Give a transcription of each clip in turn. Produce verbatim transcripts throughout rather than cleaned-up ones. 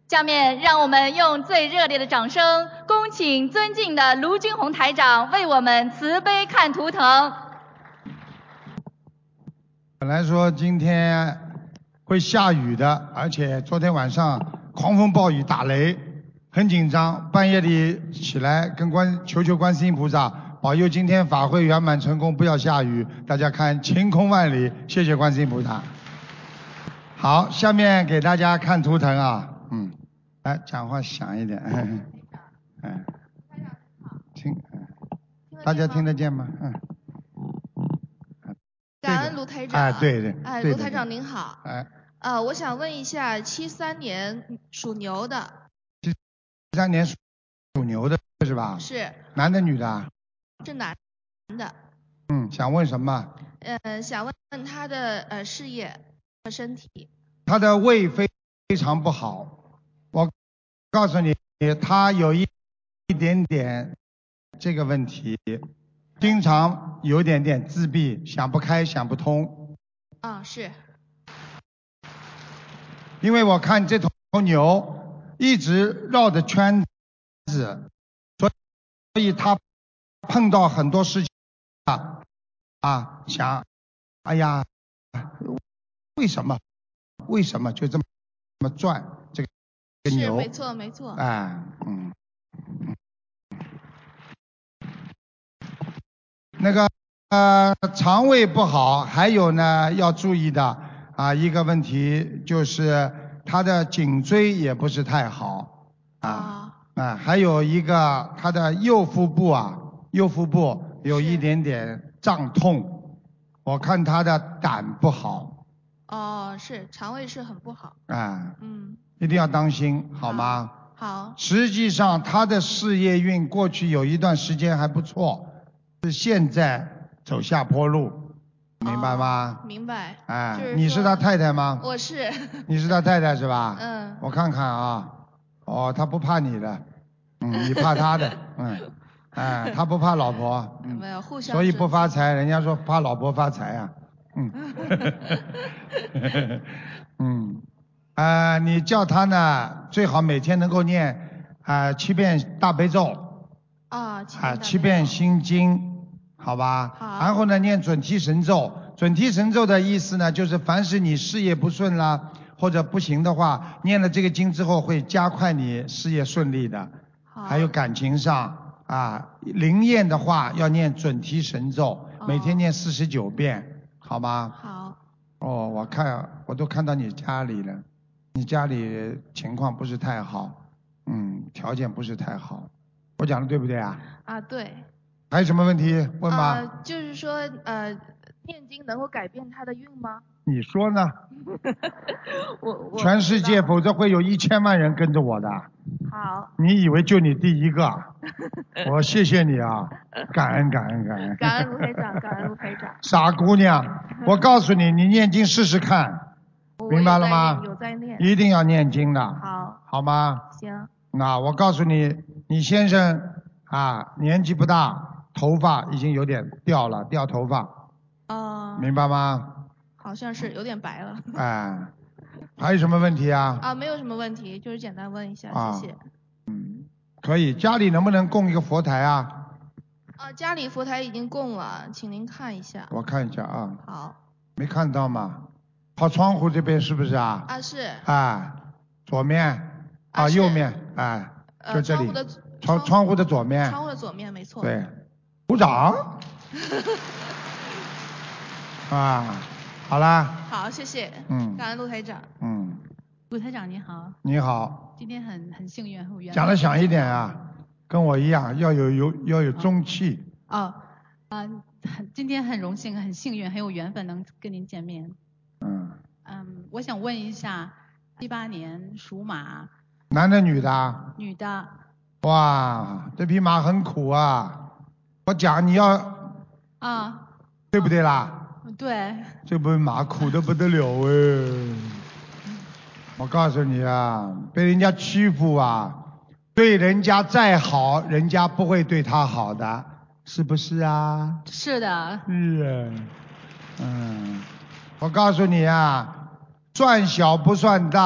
下面让我们用最热烈的掌声，恭请尊敬的卢军红台长为我们慈悲看图腾。 本来说今天会下雨的，而且昨天晚上狂风暴雨打雷，很紧张，半夜里起来跟观求求观世音菩萨保佑今天法会圆满成功，不要下雨。大家看晴空万里，谢谢观世音菩萨。好，下面给大家看图腾啊，嗯，来讲话响一点，嗯，听，大家听得见吗？嗯。 感恩卢台长。 哎，对对。 哎， 对卢台长您好。 哎。 呃，我想问一下，七三年属牛的。 七三年属牛的是吧？ 是。 男的女的啊？ 是男的。 嗯，想问什么？ 呃，想问问他的呃事业和身体。 他的胃非非常不好，我告诉你，他有一一点点这个问题，经常有点点自闭，想不开，想不通。 啊，是。 因为我看这头牛一直绕着圈子，所以他碰到很多事情啊啊，想，哎呀，为什么？为什么就这么这么转这个牛？ 是，没错没错。 哎，嗯，那个呃，肠胃不好，还有呢要注意的啊一个问题就是他的颈椎也不是太好啊啊，还有一个他的右腹部啊，右腹部有一点点胀痛，我看他的胆不好。 哦，是，肠胃是很不好。 啊， 嗯， 一定要当心，好吗？ 好。 实际上，他的事业运过去有一段时间还不错，是现在走下坡路，明白吗？ 哦、明白。 哎， 就是你是他太太吗？ 我是。 你是他太太是吧？ 嗯。 我看看啊，哦，他不怕你的，嗯，你怕他的，嗯，哎，他不怕老婆，嗯， 没有互相， 所以不发财。人家说怕老婆发财啊。嗯，嗯，啊、呃，你叫他呢，最好每天能够念啊、呃、七遍大悲咒， 啊， 啊、呃、七遍心经，好吧？ 好。 然后呢，念准提神咒。准提神咒的意思呢，就是凡是你事业不顺啦，或者不行的话，念了这个经之后，会加快你事业顺利的。还有感情上啊，灵验的话要念准提神咒， 哦、 每天念四十九遍。好吗？ 好。 哦，我看我都看到你家里了，你家里情况不是太好，嗯，条件不是太好，我讲的对不对啊？ 啊，对。 还有什么问题问吧？ 呃，就是说，呃，念经能够改变他的运吗？ 你说呢？ 我我。 全世界，否则会有一千万人跟着我的。 好。 你以为就你第一个？我谢谢你啊，感恩感恩感恩。 感恩卢台长，感恩卢台长。 傻姑娘，我告诉你，你念经试试看，明白了吗？ 有在念。 一定要念经的。 好。 好吗？ 行。 那我告诉你，你先生啊，年纪不大，头发已经有点掉了，掉头发。 哦、呃。 明白吗？ 好像是有点白了。 哎，还有什么问题啊？ 啊，没有什么问题，就是简单问一下， 啊、 谢谢。 嗯，可以。家里能不能供一个佛台啊？ 啊，家里佛台已经供了，请您看一下。 我看一下啊。 好。 没看到吗？靠窗户这边是不是啊？ 啊，是。 啊，左面啊，右面，哎，就这里。 呃、窗户的窗窗户的左面。 窗户的左面，没错。 对。鼓掌。啊，好啦。 好，谢谢。 嗯。 感恩陆台长。 嗯。 陆台长你好。 你好。 今天很很幸运，很有缘分。 讲得响一点啊，跟我一样，要有有要有中气。 哦，啊、呃，今天很荣幸，很幸运，很有缘分能跟您见面。 嗯。 嗯，我想问一下，七八年属马。 男的女的？ 女的。 哇，这匹马很苦啊！我讲你要。 啊。 对不对啦？ 对。 这匹马苦得不得了哎！我告诉你啊，被人家欺负啊，对人家再好，人家不会对他好的，是不是啊？ 是的。 是啊。嗯，我告诉你啊，赚小不算大，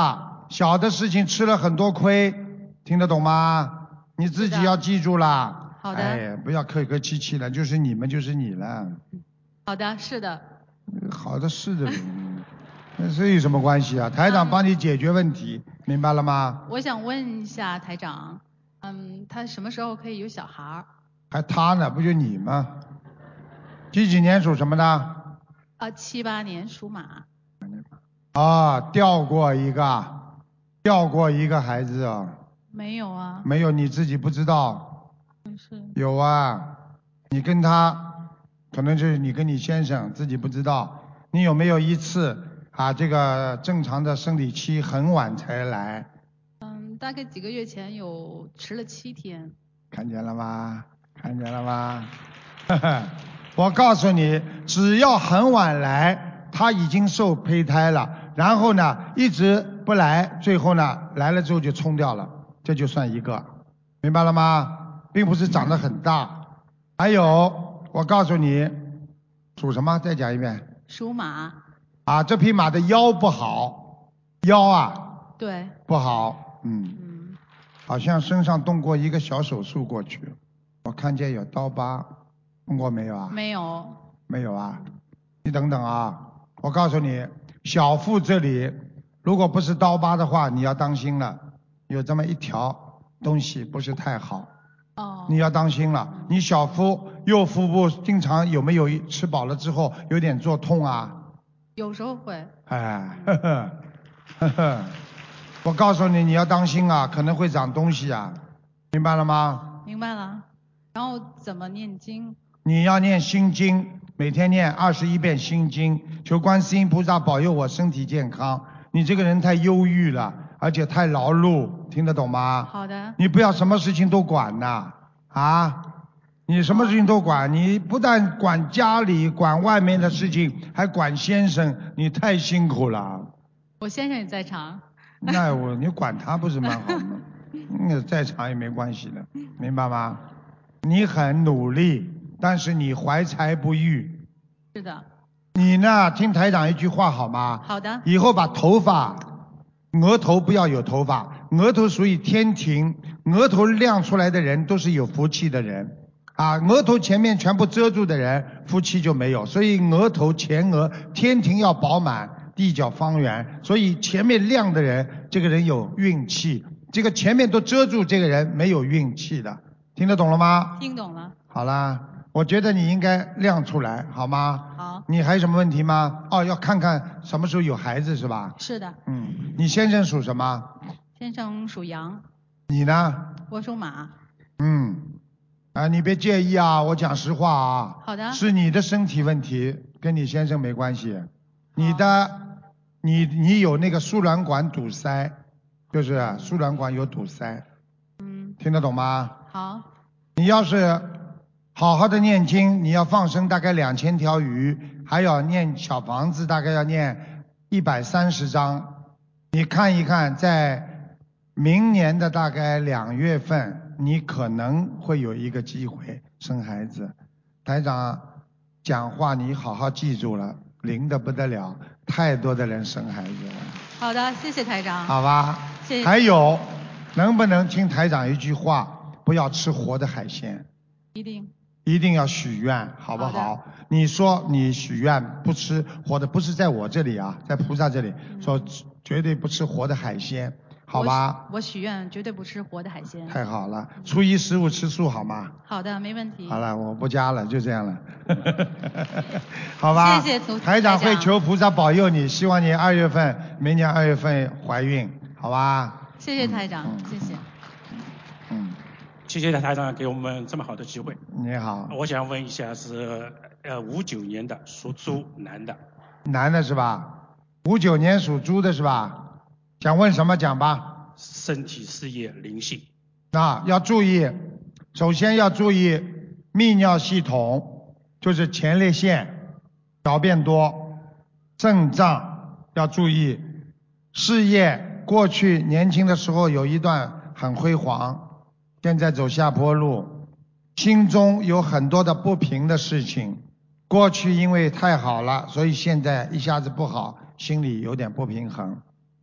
小的事情吃了很多亏，听得懂吗？你自己要记住啦。 好的。 哎，不要客客气气了，就是你们就是你了。 好的，是的。 好的，是的。那这有什么关系啊？台长帮你解决问题，嗯、明白了吗？ 我想问一下台长，嗯，他什么时候可以有小孩儿？ 还他呢，不就你吗？几几年属什么的？ 啊，七八年属马。 啊，掉过一个，掉过一个孩子啊。 没有啊。 没有，你自己不知道。 是。 有啊，你跟他，可能就是你跟你先生自己不知道。你有没有一次啊，这个正常的生理期很晚才来？ 嗯，大概几个月前有迟了七天。 看见了吗？看见了吗？我告诉你，只要很晚来，他已经受胚胎了，然后呢一直不来，最后呢来了之后就冲掉了，这就算一个，明白了吗？并不是长得很大。还有，我告诉你，属什么？再讲一遍。 属马。 啊，这匹马的腰不好，腰啊。 对。 不好，嗯。嗯。好像身上动过一个小手术过去，我看见有刀疤。动过没有啊？ 没有。 没有啊？你等等啊！我告诉你，小腹这里如果不是刀疤的话，你要当心了，有这么一条东西不是太好。 哦。 你要当心了。你小腹右腹部经常有没有吃饱了之后有点作痛啊？ 有时候会。 哎，呵呵，呵呵，我告诉你，你要当心啊，可能会长东西啊，明白了吗？ 明白了。然后怎么念经？ 你要念心经，每天念二十一遍心经，求观世音菩萨保佑我身体健康。你这个人太忧郁了，而且太劳碌，听得懂吗？ 好的。 你不要什么事情都管呐，啊！你什么事情都管，你不但管家里，管外面的事情，还管先生，你太辛苦了。 我先生也在场。 那我你管他不是蛮好吗？那在场也没关系的，明白吗？你很努力，但是你怀才不遇。 是的。 你呢，听台长一句话好吗？ 好的。 以后把头发，额头不要有头发，额头属于天庭，额头亮出来的人都是有福气的人。啊，额头前面全部遮住的人，福气就没有。所以额头前额天庭要饱满，地角方圆。所以前面亮的人，这个人有运气；这个前面都遮住，这个人没有运气的。听得懂了吗？ 听懂了。 好啦，我觉得你应该亮出来，好吗？ 好。 你还有什么问题吗？哦，要看看什么时候有孩子是吧？ 是的。 嗯，你先生属什么？ 先生属羊。 你呢？ 我属马。 嗯。啊，你别介意啊，我讲实话啊。 好的。 是你的身体问题，跟你先生没关系。你的，你你有那个输卵管堵塞，就是输卵管有堵塞。 嗯。 听得懂吗？ 好。 你要是好好的念经，你要放生大概两千条鱼，还要念小房子，大概要念一百三十章。你看一看，在明年的大概两月份，你可能会有一个机会生孩子。台长讲话你好好记住了，灵得不得了，太多的人生孩子了。 好的，谢谢台长。 好吧。 谢谢。 还有，能不能听台长一句话？不要吃活的海鲜。 一定。 一定要许愿，好不好？好你说你许愿不吃活的，不是在我这里啊，在菩萨这里、嗯、说绝对不吃活的海鲜，好吧？ 我许愿绝对不吃活的海鲜。 太好了，初一十五吃素好吗？ 好的，没问题。 好了，我不加了，就这样了。好吧。 谢谢台长会求菩萨保佑你，希望你二月份，明年二月份怀孕，好吧？ 谢谢台长，嗯、谢谢。 嗯。 谢谢台长给我们这么好的机会。 你好。 我想问一下是呃五九年的属猪男的。 男的是吧？五九年属猪的是吧？想问什么讲吧。 身体、事业、灵性。 那要注意，首先要注意泌尿系统，就是前列腺、小便多、肾脏要注意。事业过去年轻的时候有一段很辉煌。现在走下坡路，心中有很多的不平的事情，过去因为太好了，所以现在一下子不好，心里有点不平衡。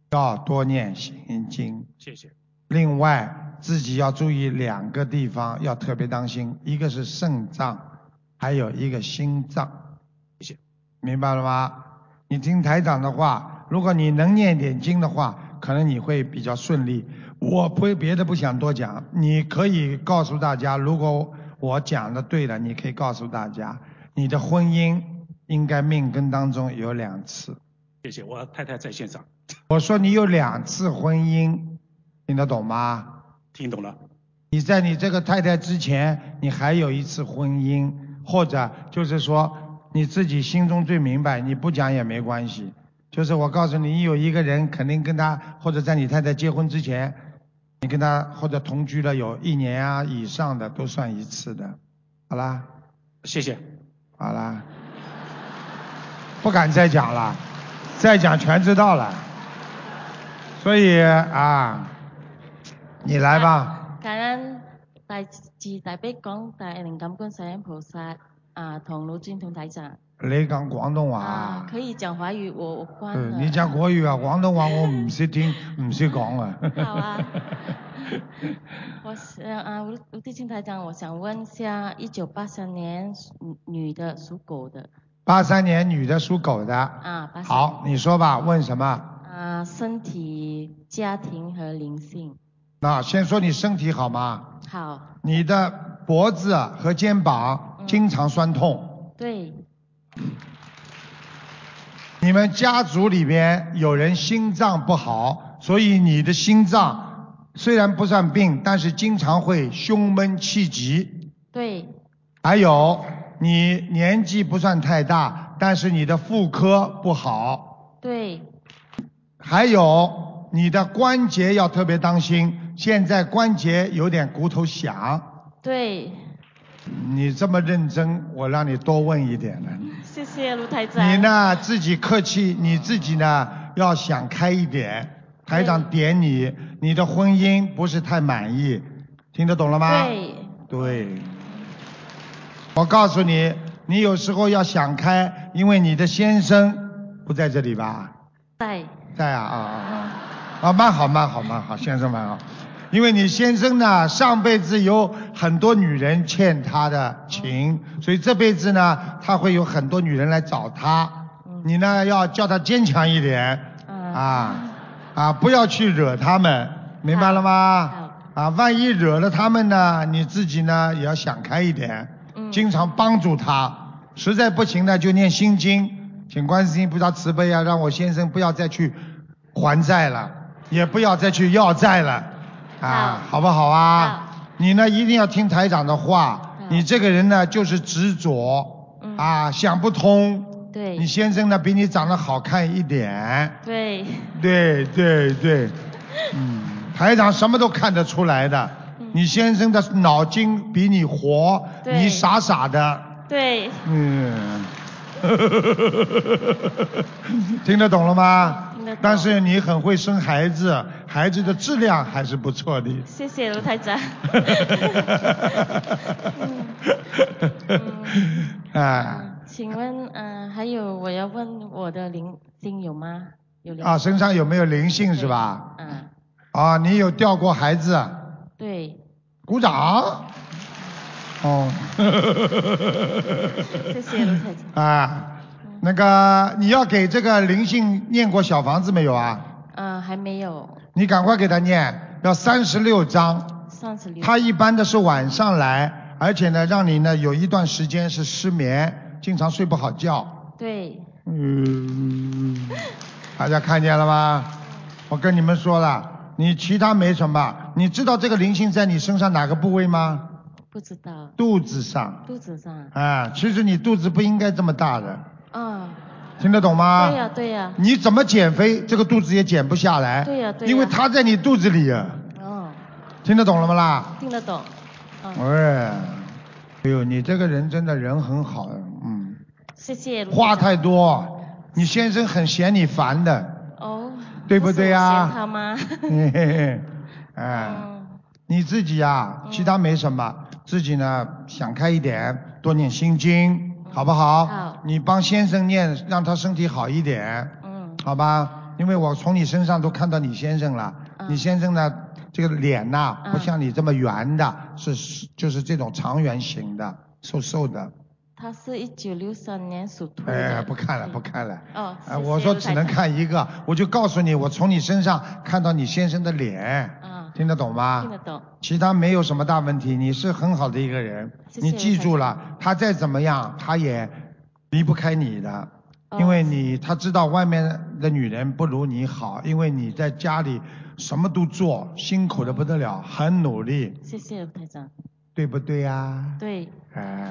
要多念心经。 谢谢。 另外，自己要注意两个地方，要特别当心，一个是肾脏，还有一个心脏。 谢谢。 明白了吗？你听台长的话，如果你能念点经的话，可能你会比较顺利。我不别的不想多讲，你可以告诉大家，如果我讲的对了，你可以告诉大家，你的婚姻应该命根当中有两次。 谢谢，我太太在线上。 我说你有两次婚姻，听得懂吗？ 听懂了。 你在你这个太太之前，你还有一次婚姻，或者就是说你自己心中最明白，你不讲也没关系。就是我告诉你，你有一个人肯定跟他，或者在你太太结婚之前，你跟他或者同居了有一年啊以上的，都算一次的。好啦， 谢谢。 好啦，不敢再讲了，再講全知道了。所以啊，你來吧。 感恩大慈大悲廣大靈感觀世音菩薩啊，同盧尊同台長。 你講廣東話啊，可以講華語，我我關了。 你講國語啊，廣東話我唔識聽，唔識講啊。 好啊。我想啊，盧盧地清台長，我想問一下，一九八三年女的屬狗的。 八三年女的屬狗的。 啊，八三。 好，你說吧，問什麼？ 啊，身體、家庭和靈性。 那先說你身體好嗎？ 好。 你的脖子和肩膀經常酸痛。 嗯、對。 你們家族裏邊有人心臟不好，所以你的心臟雖然不算病，但是經常會胸悶氣急。 對。 還有你年紀不算太大，但是你的婦科不好。 對。 還有你的關節要特別當心，現在關節有點骨頭響。 對。 你這麼認真，我讓你多問一點了。 謝謝盧台長。 你呢自己客氣，你自己呢要想開一點。台長點你，你的婚姻不是太滿意，聽得懂了嗎？ 對。 對。我告訴你，你有時候要想開，因為你的先生不在這裏吧？ 在。 在啊啊啊！啊，蠻好蠻好蠻好，先生蠻好。因為你先生呢，上輩子有很多女人欠他的情，所以這輩子呢，他會有很多女人來找他。你呢，要叫他堅強一點，啊啊，不要去惹他們，明白了嗎？啊，萬一惹了他們呢，你自己呢也要想開一點，經常幫助他。實在不行呢，就念心經，請觀世音菩薩慈悲啊，讓我先生不要再去還債了，也不要再去要債了。啊，好不好啊？好。你呢一定要聽台長的話，你這個人呢就是執着，嗯、啊想不通。 對。 你先生呢比你長得好看一點。 對。 對對對，嗯，台長什麼都看得出來的。嗯、你先生的腦筋比你活，你傻傻的。 對。 嗯。聽得懂了嗎？但是你很會生孩子，孩子的質量還是不錯的。 謝謝盧台長。啊。請問，呃，還有我要問我的靈性有嗎？有靈性。 啊，身上有沒有靈性是吧？ 嗯。 啊，你有掉過孩子？ 對。 鼓掌。哦。 謝謝盧台長。 啊。那個你要給這個靈性念過小房子沒有啊？ 嗯，還沒有。 你趕快給他念，要三十六章。 三十六。他一般的是晚上來，而且呢，讓你呢有一段時間是失眠，經常睡不好覺。 對。 嗯。大家看見了嗎？我跟你們說了，你其他沒什麼，你知道這個靈性在你身上哪個部位嗎？ 不知道。 肚子上。 肚子上。 啊，其實你肚子不應該這麼大的。 啊， 聽得懂嗎？ 對呀、啊、對呀、啊。 你怎麼減肥，這個肚子也減不下來。 對呀、啊、對呀、啊。 因為它在你肚子裡啊。 哦。 聽得懂了嗎啦？ 聽得懂。 哦、哎，哎呦，你這個人真的人很好，嗯。 謝謝。 話太多，你先生很嫌你煩的。 哦。 對不對啊？ 嫌他嗎？ 嘿嘿嘿，哎、嗯，你自己啊，其他沒什麼，嗯、自己呢想開一點，多念心經。好不好？ 好。 你幫先生念，讓他身體好一點。 嗯。 好吧。 因为我从你身上都看到你先生了， 嗯你先生呢这个脸呐、 嗯不像你这么圆的，是就是这种长圆形的，瘦瘦的。 他是一九六三年属兔的。 哎，不看了，不看了。 哦， 哎， 谢谢我说只能卢台长看一个，我就告诉你，我从你身上看到你先生的脸， 啊， 听得懂吗？ 听得懂。 其他没有什么大问题，你是很好的一个人。 谢谢你记住了，他再怎么样，他也离不开你的， 哦因为你他知道外面的女人不如你好，因为你在家里什么都做，辛苦的不得了，很努力， 谢谢卢台长。 对不对呀？ 对。 哎，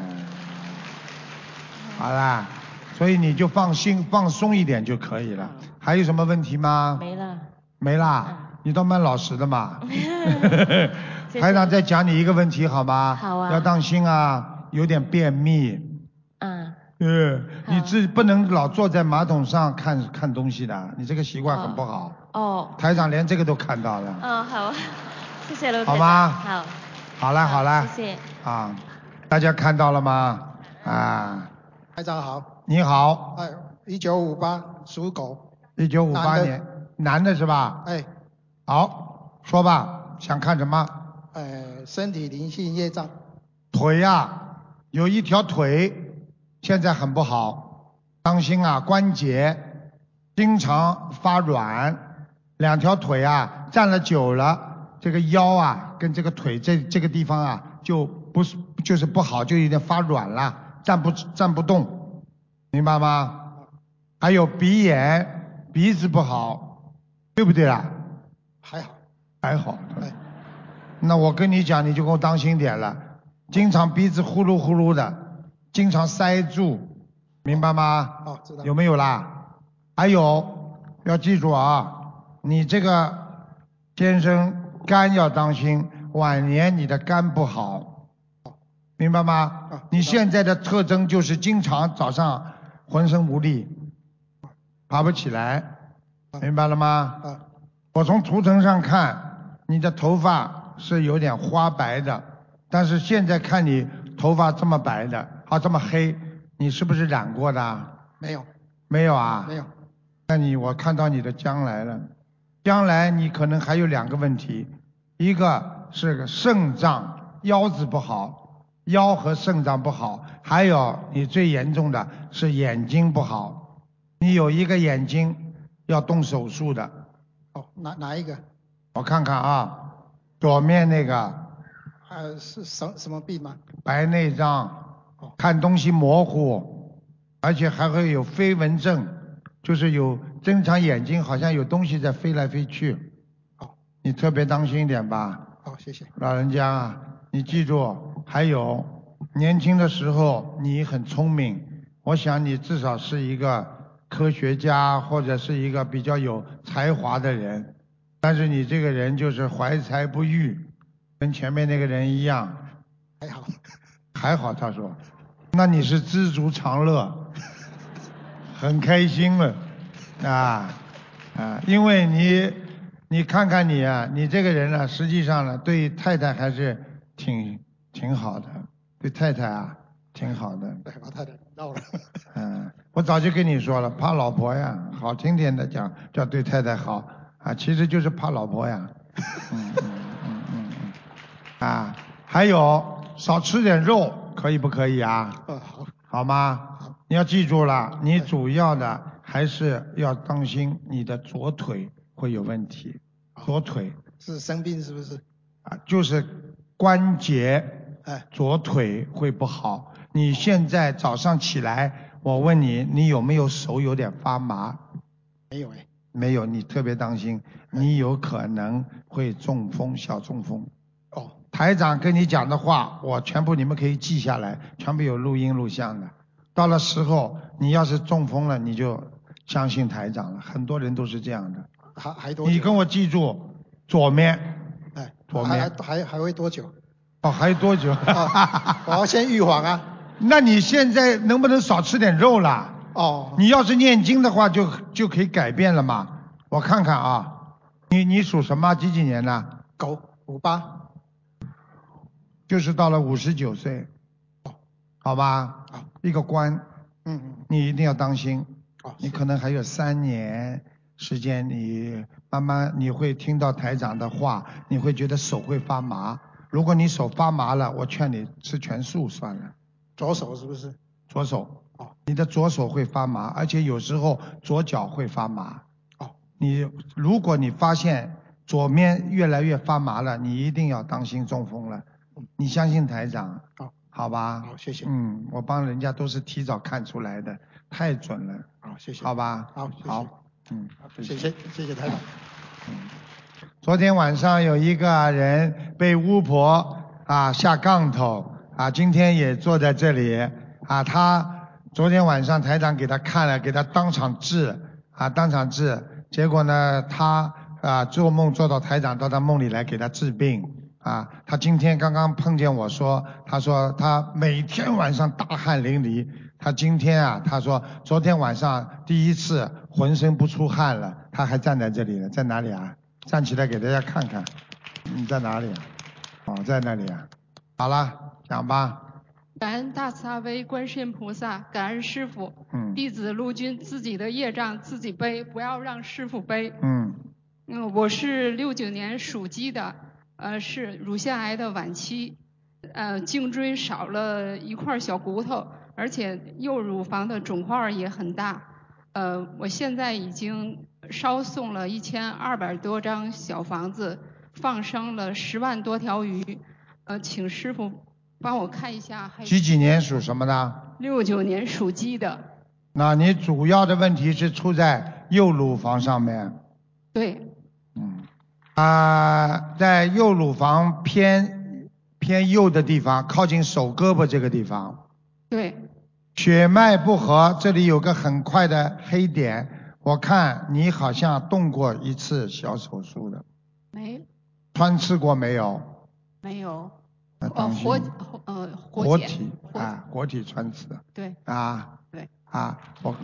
好啦，所以你就放心放松一点就可以了。还有什么问题吗？ 没了。 没啦，你都蛮老实的嘛。 谢谢台长再讲你一个问题好吗？ 好啊要当心啊，有点便秘。 啊。 嗯， 好你自不能老坐在马桶上看看东西的，你这个习惯很不好。 哦。 台长连这个都看到了。 哦，好，谢谢卢台长。 好吗好。 好了好了。 谢谢。 啊，大家看到了吗？啊， 台长好， 你好， 哎，一九五八属狗， 一九五八男的年，男的是吧？ 哎， 好，说吧，想看什么？ 呃，身体灵性业障， 腿呀、有一条腿现在很不好，当心啊，关节经常发软，两条腿啊站了久了，这个腰啊跟这个腿这这个地方啊就不是就是不好，就有点发软了，站不站不动，明白吗？还有鼻炎，鼻子不好，对不对啦？ 还好， 还好。 哎， 那我跟你讲，你就给我当心点了，经常鼻子呼噜呼噜的，经常塞住，明白吗？ 哦，知道。 有没有啦？还有要记住啊，你这个先生肝要当心，晚年你的肝不好，明白吗？ 啊你现在的特征就是经常早上浑身无力，爬不起来，明白了吗？ 啊， 我从图腾上看，你的头发是有点花白的，但是现在看你头发这么白的，啊这么黑，你是不是染过的啊？ 没有， 没有啊？ 没有， 那你我看到你的将来了，将来你可能还有两个问题，一个是个肾脏腰子不好，腰和肾脏不好，还有你最严重的是眼睛不好，你有一个眼睛要动手术的。 哦，哪哪一个？ 我看看啊，左面那个呃，是什什么病吗？ 白内障，看东西模糊，而且还会有飞蚊症，就是有正常眼睛好像有东西在飞来飞去。 好， 你特别当心一点吧， 好，谢谢。 老人家啊，你记住，还有年轻的时候你很聪明，我想你至少是一个科学家或者是一个比较有才华的人，但是你这个人就是怀才不遇，跟前面那个人一样。 还好。 还好，他说，那你是知足常乐，很开心了，啊啊，因为你你看看你啊，你这个人呢、实际上呢，对太太还是挺挺好的，对太太啊挺好的。 对，把太太绕了。 嗯，我早就跟你说了，怕老婆呀，好听点的讲叫对太太好啊，其实就是怕老婆呀。嗯嗯嗯嗯嗯。啊，还有少吃点肉，可以不可以啊？ 呃，好， 好吗？ 好。 你要记住了，你主要的还是要当心你的左腿会有问题，左腿是生病是不是？ 啊，就是关节， 哎， 左腿会不好。你现在早上起来，我问你，你有没有手有点发麻？ 没有哎。 没有，你特别当心，你有可能会中风，小中风。 哦， 台长跟你讲的话，我全部你们可以记下来，全部有录音录像的。到了时候，你要是中风了，你就相信台长了。很多人都是这样的。 还还多久？ 你跟我记住，左面， 哎， 左面还还还会多久？ 哦，还有多久？ 啊我要先预防啊。 那你现在能不能少吃点肉啦？ 哦， 你要是念经的话就，就可以改变了嘛。我看看啊，你你属什么？几几年的？ 狗，五八。 就是到了五十九岁，好吧？ 好， 一个关， 嗯嗯， 你一定要当心。 哦， 你可能还有三年， 时间你慢慢你会听到台长的话，你会觉得手会发麻。如果你手发麻了，我劝你吃全素算了。 左手是不是？ 左手。 哦。 你的左手会发麻，而且有时候左脚会发麻。 哦。 你如果你发现左面越来越发麻了，你一定要当心中风了。你相信台长？ 好。 好吧。 好，谢谢。 嗯，我帮人家都是提早看出来的，太准了。 好，谢谢。 好吧。 好，谢谢。 好。嗯， 谢谢，谢谢台长。 嗯，昨天晚上有一个人被巫婆啊下杠头啊，今天也坐在这里啊，他昨天晚上台长给他看了，给他当场治啊，当场治，结果呢他啊做梦做到台长到他梦里来给他治病啊，他今天刚刚碰见我说，他说他每天晚上大汗淋漓。他今天啊，他说昨天晚上第一次浑身不出汗了，他还站在这里了，在哪里啊？站起来给大家看看，你在哪里啊？哦，在那里啊。好了，讲吧。 感恩大慈大悲观世音菩萨，感恩师父。 嗯。 弟子陆军自己的业障自己背，不要让师父背。 嗯。 嗯，我是六九年属鸡的，呃，是乳腺癌的晚期，呃，颈椎少了一块小骨头。而且右乳房的肿块也很大，呃，我现在已经烧送了一千二百多张小房子，放生了十万多条鱼，呃，请师傅帮我看一下。 几几年属什么的？ 六九年属鸡的。 那你主要的问题是出在右乳房上面。 对。 嗯。啊、呃，在右乳房偏偏右的地方，靠近手胳膊这个地方。 对。 血脉不和，这里有个很快的黑点，我看你好像动过一次小手术的。 没。 穿刺过没有？ 没有。 呃， 活呃活体啊，活体穿刺。 对。 啊。 对。 啊，我。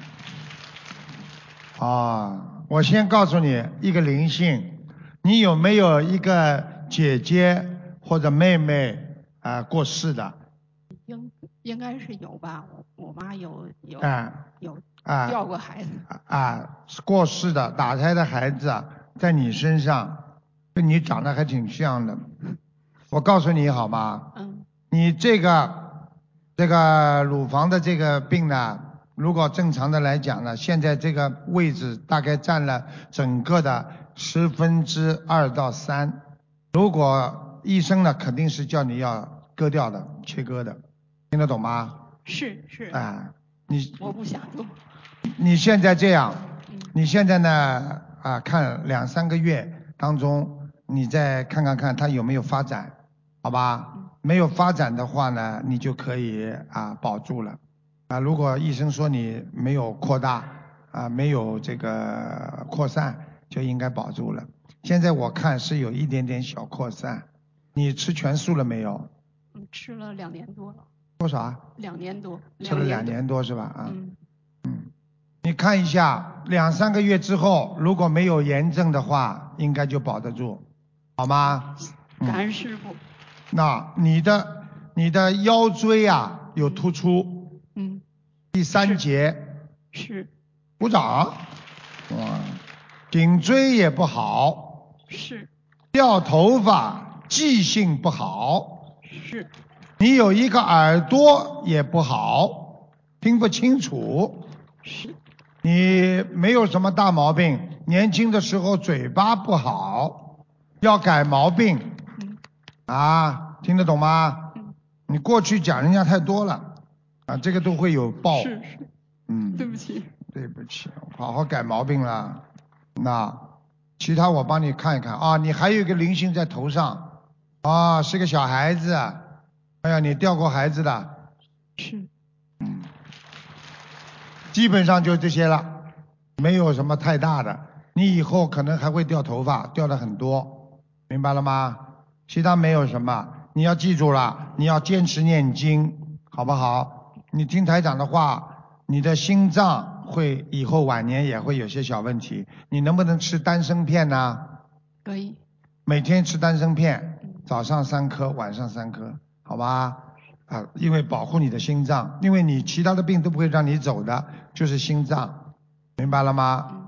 哦，我先告诉你一个灵性，你有没有一个姐姐或者妹妹啊过世的？ 应应该是有吧，我我妈有有、 啊、 有啊掉过孩子啊，过世的打胎的孩子啊，在你身上跟你长得还挺像的。我告诉你好吗？ 嗯。 你这个这个乳房的这个病呢，如果正常的来讲呢，现在这个位置大概占了整个的十分之二到三。如果医生呢，肯定是叫你要割掉的，切割的。听得懂吗？ 是是。 啊，你我不想做。 你现在这样，你现在呢啊，看两三个月当中，你再看看看它有没有发展，好吧？没有发展的话呢，你就可以啊保住了。啊，如果医生说你没有扩大啊，没有这个扩散，就应该保住了。现在我看是有一点点小扩散。你吃全素了没有？ 嗯，吃了两年多了。 多少啊？ 两年多。 吃了两年多是吧？啊。 嗯。 嗯。你看一下，两三个月之后，如果没有炎症的话，应该就保得住，好吗？ 感恩师傅。 那你的你的腰椎啊有突出。 嗯。 第三节。 是。 鼓掌。哇。颈椎也不好。 是。 掉头发，记性不好。 是。 你有一个耳朵也不好，听不清楚。 是。 你没有什么大毛病，年轻的时候嘴巴不好，要改毛病。 嗯。 啊，听得懂吗？ 嗯。 你过去讲人家太多了，啊，这个都会有报。 是是。 嗯。 对不起。 对不起，好好改毛病了。那其他我帮你看一看啊，你还有一个灵性在头上，啊，是个小孩子。哎呀，你掉过孩子的。 是。 嗯。基本上就这些了，没有什么太大的。你以后可能还会掉头发，掉的很多，明白了吗？其他没有什么，你要记住了，你要坚持念经，好不好？你听台长的话，你的心脏会以后晚年也会有些小问题。你能不能吃丹参片呢？ 可以。 每天吃丹参片，早上三颗，晚上三颗，好吧？啊，因为保护你的心脏，因为你其他的病都不会让你走的，就是心脏，明白了吗？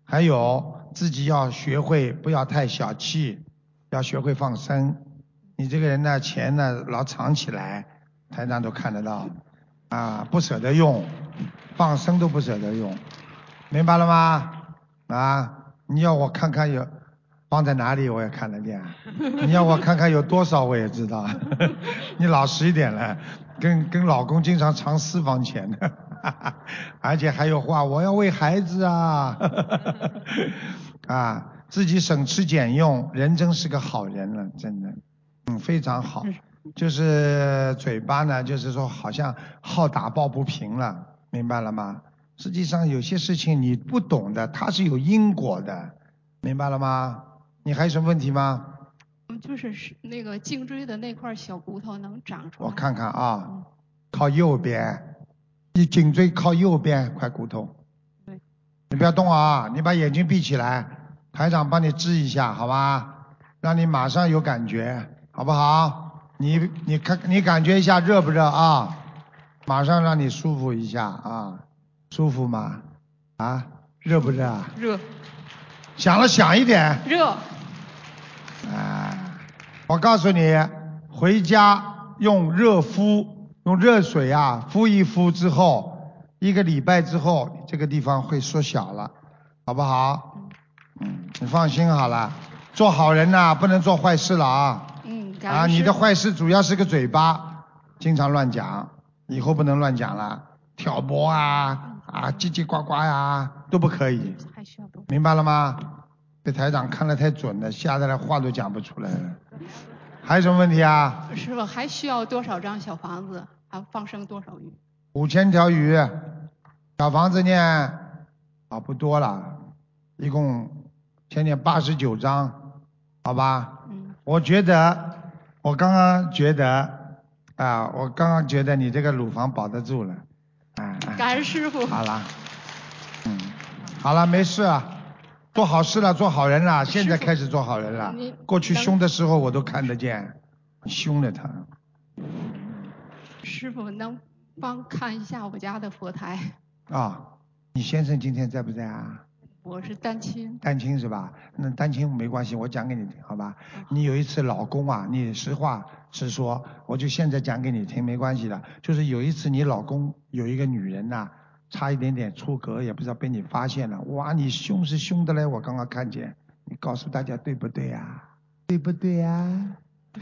还有自己要学会不要太小气，要学会放生。你这个人呢，钱呢老藏起来，台长都看得到，啊，不舍得用，放生都不舍得用，明白了吗？啊，你要我看看有放在哪里，我也看得见；你要我看看有多少，我也知道。你老实一点了，跟跟老公经常藏私房钱的，而且还有话，我要为孩子啊，啊，自己省吃俭用，人真是个好人了，真的。嗯，非常好，就是嘴巴呢，就是说好像好打抱不平了，明白了吗？实际上有些事情你不懂的，它是有因果的，明白了吗？你还有什么问题吗？ 就是是那个颈椎的那块小骨头能长出来。 我看看啊，靠右边，你颈椎靠右边块骨头。 对。 你不要动啊，你把眼睛闭起来，台长帮你治一下，好吧？让你马上有感觉。好不好？你你看你感觉一下热不热啊？马上让你舒服一下啊，舒服吗？啊，热不热啊？ 热。 想了想一点。 热。 啊，我告诉你，回家用热敷，用热水啊敷一敷之后，一个礼拜之后，这个地方会缩小了，好不好？嗯，你放心好了，做好人呐、啊，不能做坏事了啊。啊，你的坏事主要是个嘴巴，经常乱讲，以后不能乱讲了，挑拨啊啊叽叽呱呱呀都不可以，明白了吗？这台长看得太准了，吓得来话都讲不出来了。还有什么问题啊？ 师傅还需要多少张小房子？还放生多少鱼？ 五千条鱼，小房子念啊不多了，一共先念八十九章，好吧？嗯。我觉得。我刚刚觉得，啊，我刚刚觉得你这个乳房保得住了，啊， 感恩师傅。 好了，嗯，好了，没事啊，做好事了，做好人了，现在开始做好人了。过去凶的时候我都看得见，凶了他。 师傅能帮看一下我家的佛台？ 啊，你先生今天在不在啊？ 我是单亲。 单亲是吧？那单亲没关系，我讲给你听，好吧？你有一次老公啊，你实话实说，我就现在讲给你听，没关系的。就是有一次你老公有一个女人呐、啊，差一点点出格，也不知道被你发现了，哇，你凶是凶的嘞，我刚刚看见。你告诉大家对不对呀、啊？对不对呀、啊？对。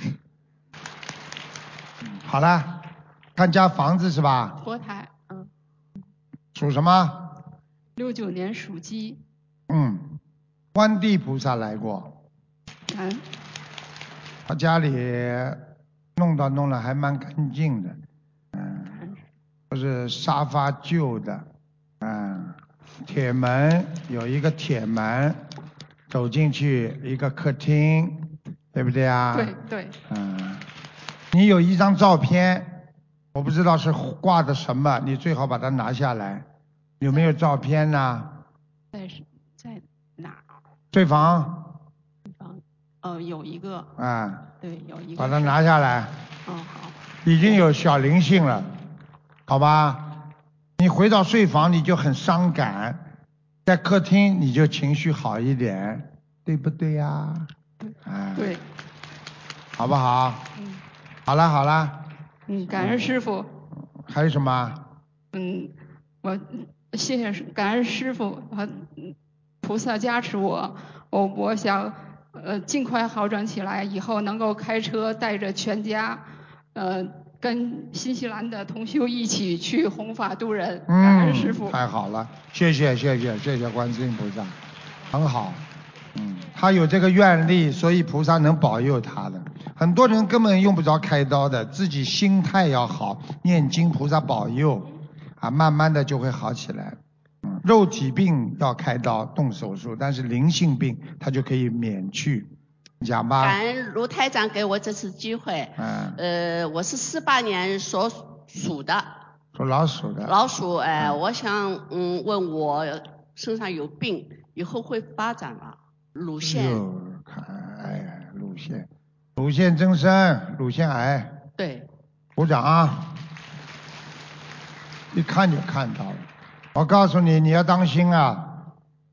好了，看家房子是吧？ 佛台，嗯。 属什么？ 六九年属鸡。 嗯，观地菩萨来过。 嗯。 他家里弄到弄了还蛮干净的，嗯，都是沙发旧的，嗯，铁门有一个铁门，走进去一个客厅，对不对啊？ 对对。 嗯，你有一张照片，我不知道是挂的什么，你最好把它拿下来。有没有照片呢？ 在在哪？ 睡房。 睡房，呃，有一个。 啊。 对，有一个。 把它拿下来。 嗯，好。 已经有小灵性了，好吧？你回到睡房你就很伤感，在客厅你就情绪好一点，对不对呀、啊？ 对。 啊。 对。 好不好？ 嗯。 好了好了。 嗯，感恩师傅。 还有什么？ 嗯，我。谢谢感恩师傅和菩萨加持我，我我想呃尽快好转起来，以后能够开车带着全家，呃跟新西兰的同修一起去弘法度人。感恩师傅。 嗯，太好了，谢谢谢谢谢谢观世音菩萨，很好。嗯，他有这个愿力，所以菩萨能保佑他的。很多人根本用不着开刀的，自己心态要好，念经菩萨保佑。啊，慢慢的就会好起来。嗯，肉体病要开刀动手术，但是灵性病它就可以免去。讲吧。 感恩卢台长给我这次机会。嗯。呃，我是四八年所属的。 属老鼠的。 老鼠，哎、呃嗯，我想嗯问我身上有病，以后会发展吗？乳腺。 哟，看，哎呀，乳腺，乳腺增生，乳腺癌。 对。 鼓掌啊！一看就看到了，我告诉你，你要当心啊！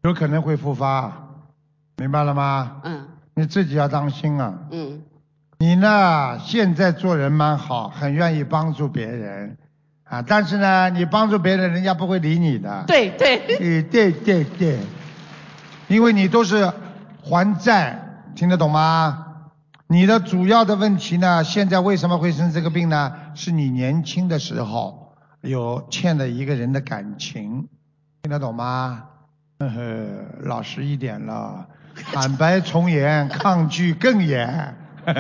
有可能会复发，明白了吗？ 嗯你自己要当心啊。 嗯你呢，现在做人蛮好，很愿意帮助别人啊，但是呢，你帮助别人，人家不会理你的。 对对。 对对对对，因为你都是还债，听得懂吗？你的主要的问题呢，现在为什么会生这个病呢？是你年轻的时候有欠了一个人的感情，听得懂吗？呵呵，老实一点了，坦白从严，抗拒更严。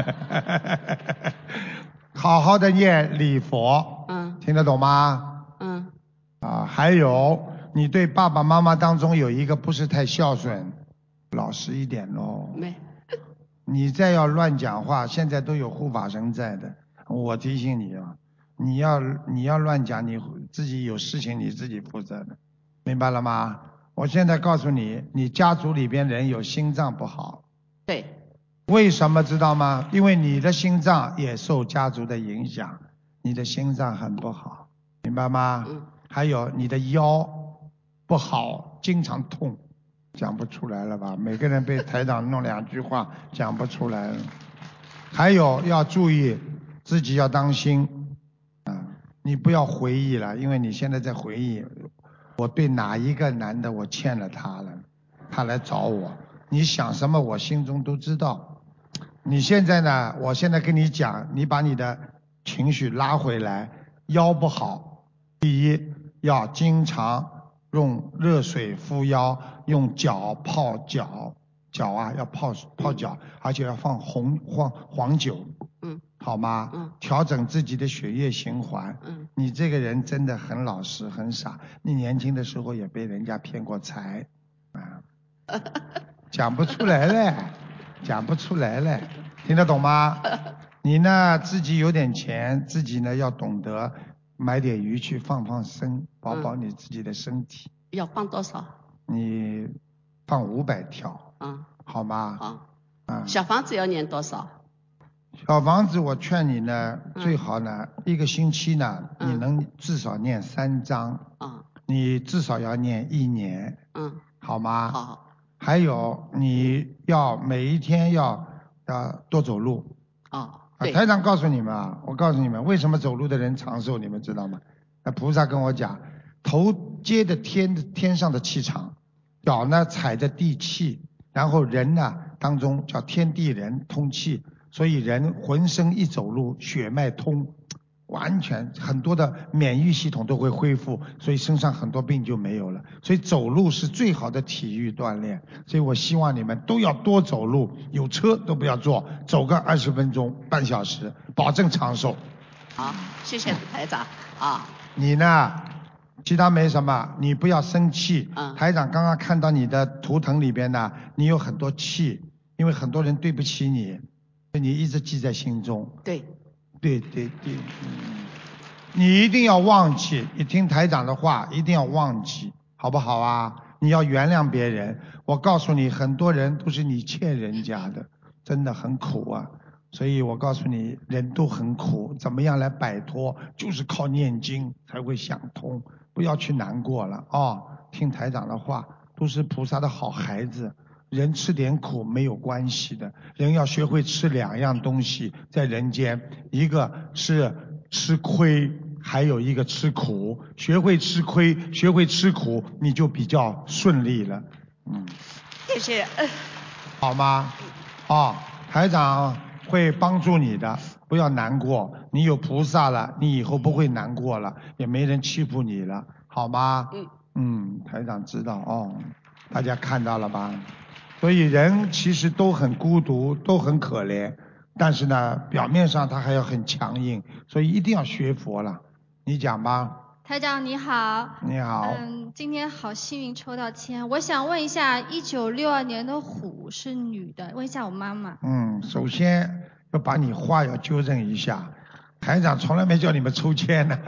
好好的念礼佛， 嗯听得懂吗？ 嗯啊，还有你对爸爸妈妈当中有一个不是太孝顺，老实一点喽。 没。 你再要乱讲话，现在都有护法神在的，我提醒你啊，你要你要乱讲，你自己有事情你自己负责的，明白了吗？我现在告诉你，你家族里边人有心脏不好， 对。 为什么知道吗？因为你的心脏也受家族的影响，你的心脏很不好，明白吗？ 嗯。 还有你的腰不好，经常痛。讲不出来了吧？每个人被台长弄两句话讲不出来了。还有要注意，自己要当心啊！你不要回忆了，因为你现在在回忆，我对哪一个男的我欠了他了，他来找我，你想什么我心中都知道。你现在呢？我现在跟你讲，你把你的情绪拉回来，腰不好，第一要经常用热水敷腰，用脚泡脚，脚啊要泡泡脚，而且要放红黄黄酒， 嗯， 好吗？ 嗯， 调整自己的血液循环。 嗯， 你这个人真的很老实很傻，你年轻的时候也被人家骗过财，啊，讲不出来嘞，讲不出来嘞，听得懂吗？你呢自己有点钱，自己呢要懂得买点鱼去放放生，保保你自己的身体。 要放多少？ 你放五百条， 嗯， 好吗？ 好。 啊， 小房子要念多少？ 小房子我劝你呢， 嗯最好呢一个星期呢， 嗯你能至少念三章， 啊， 你至少要念一年， 嗯， 好吗？ 好。 还有你要每一天要要多走路。 哦， 啊， 对。 台长告诉你们啊，我告诉你们，为什么走路的人长寿，你们知道吗？那菩萨跟我讲，头接的天天上的气场，脚呢踩着地气，然后人呢当中叫天地人通气，所以人浑身一走路血脉通，完全很多的免疫系统都会恢复，所以身上很多病就没有了。所以走路是最好的体育锻炼，所以我希望你们都要多走路，有车都不要坐，走个二十分钟、半小时，保证长寿。 好，谢谢台长啊。 你呢，其他没什么，你不要生气。 嗯。 台长刚刚看到你的图腾里边呢，你有很多气，因为很多人对不起你，你一直记在心中。 对。 对对对，嗯，你一定要忘记，你听台长的话，一定要忘记，好不好啊？你要原谅别人。我告诉你，很多人都是你欠人家的，真的很苦啊。所以我告诉你，人都很苦，怎么样来摆脱？就是靠念经才会想通。不要去难过了啊、哦！听台长的话，都是菩萨的好孩子。人吃点苦没有关系的，人要学会吃两样东西，在人间，一个是吃亏，还有一个吃苦。学会吃亏，学会吃苦，你就比较顺利了。嗯， 谢谢。 好吗？哦，台长会帮助你的，不要难过。你有菩萨了，你以后不会难过了，也没人欺负你了，好吗？ 嗯。 嗯，台长知道哦，大家看到了吧？所以人其实都很孤独，都很可怜，但是呢，表面上他还要很强硬，所以一定要学佛了。你讲吧。 台长你好。 你好。 嗯，今天好幸运抽到签，我想问一下，一九六二年的虎是女的，问一下我妈妈。 嗯，首先要把你话要纠正一下，台长从来没叫你们抽签呢。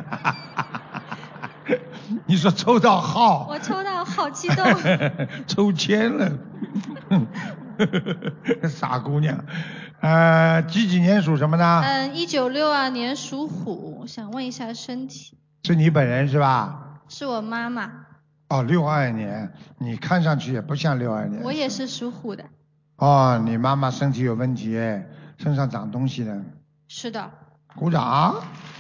你说抽到号， 我抽到，好激动。 抽签了，傻姑娘。呃，几几年属什么呢？ 嗯，一九六二年属虎，想问一下身体。 是你本人是吧？ 是我妈妈。 哦，六二年，你看上去也不像六二年。 我也是属虎的。 哦，你妈妈身体有问题哎，身上长东西了。 是的。 鼓掌。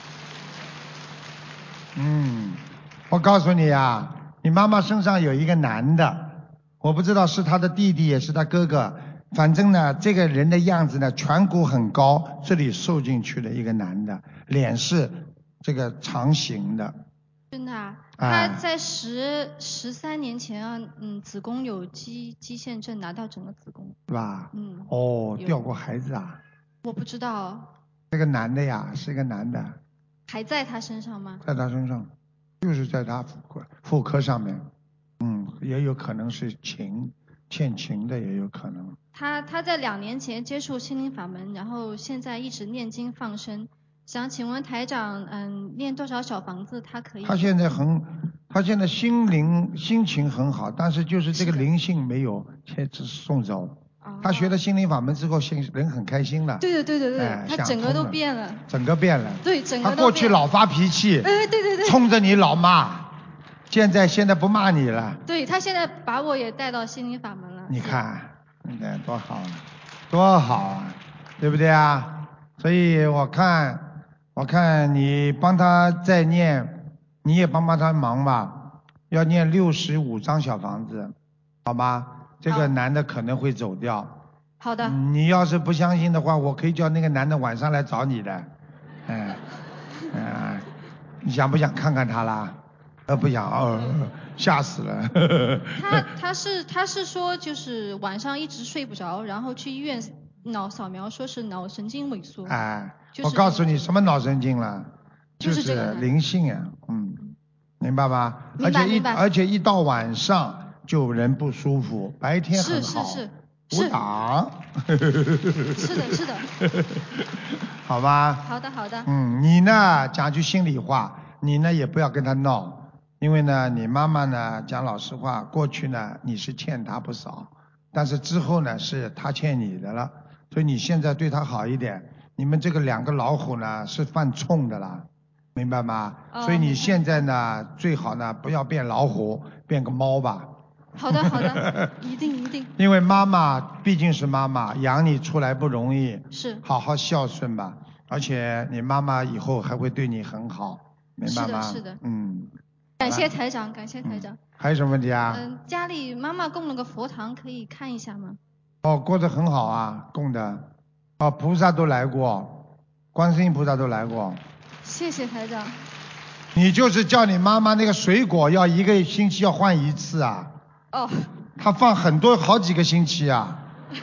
嗯，我告诉你啊，你妈妈身上有一个男的，我不知道是他的弟弟也是他哥哥，反正呢，这个人的样子呢，颧骨很高，这里瘦进去的一个男的，脸是这个长形的。 真的啊， 啊他在十十三年前啊，嗯，子宫有肌肌腺症，拿到整个子宫。 是吧？ 嗯。 哦， 有掉过孩子啊？ 我不知道， 这个男的呀，是一个男的， 还在他身上吗？ 在他身上，就是在他妇科妇科上面，嗯，也有可能是情欠情的，也有可能。 他他在两年前接触心灵法门，然后现在一直念经放生。想请问台长，嗯，念多少小房子他可以？ 他现在很，他现在心灵心情很好，但是就是这个灵性没有先送走。 哦、 他学了心灵法门之后，心人很开心了。 对对对对对， 哎、 他整个都变了。 整个变了。 对，整个都变了。 他过去老发脾气。 哎，对对对。 冲着你老骂，现在现在不骂你了。 对，他现在把我也带到心灵法门了。 你看，你看多好啊，多好啊，对不对啊？所以我看。我看你帮他再念，你也帮帮他忙吧，要念六十五张小房子，好吗？这个男的可能会走掉。 好的。 你要是不相信的话，我可以叫那个男的晚上来找你的。嗯，嗯，你想不想看看他啦？呃，不想，呃，吓死了。 他他是他是说就是晚上一直睡不着，然后去医院脑扫描说是脑神经萎缩。 哎。 就是、 我告诉你，什么脑神经了？ 就是这个灵性啊，嗯，明白吗？ 明白而且一明白而且一到晚上就人不舒服，白天很好。 是是是。鼓掌。 是的是的。 好吧。 好的好的。 嗯，你呢？讲句心里话，你呢也不要跟他闹，因为呢，你妈妈呢讲老实话，过去呢你是欠她不少，但是之后呢是她欠你的了，所以你现在对她好一点。你们这个两个老虎呢是犯冲的啦，明白吗？ 哦、 所以你现在呢最好呢不要变老虎，变个猫吧。 好的好的，一定一定。 因为妈妈毕竟是妈妈，养你出来不容易。 是。 好好孝顺吧，而且你妈妈以后还会对你很好，明白吗？ 是的是的。 嗯。 感谢台长，感谢台长。嗯、 还有什么问题啊？ 嗯，家里妈妈供了个佛堂，可以看一下吗？ 哦，过得很好啊，供的。哦，菩萨都来过，观世音菩萨都来过。 谢谢台长。 你就是叫你妈妈那个水果要一个星期要换一次啊。 哦。 他放很多好几个星期啊。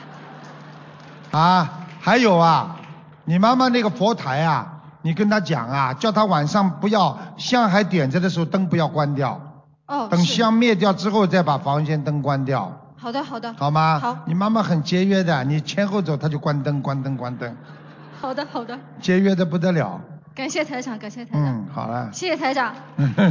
啊，还有啊，你妈妈那个佛台啊，你跟她讲啊，叫她晚上不要香还点着的时候灯不要关掉。 哦。 等香灭掉之后再把房间灯关掉。 好的好的。 好吗？ 好。 你妈妈很节约的，你前后走她就关灯关灯关灯。 好的好的。 节约的不得了。 感谢台长，感谢台长。 嗯，好了。 谢谢台长。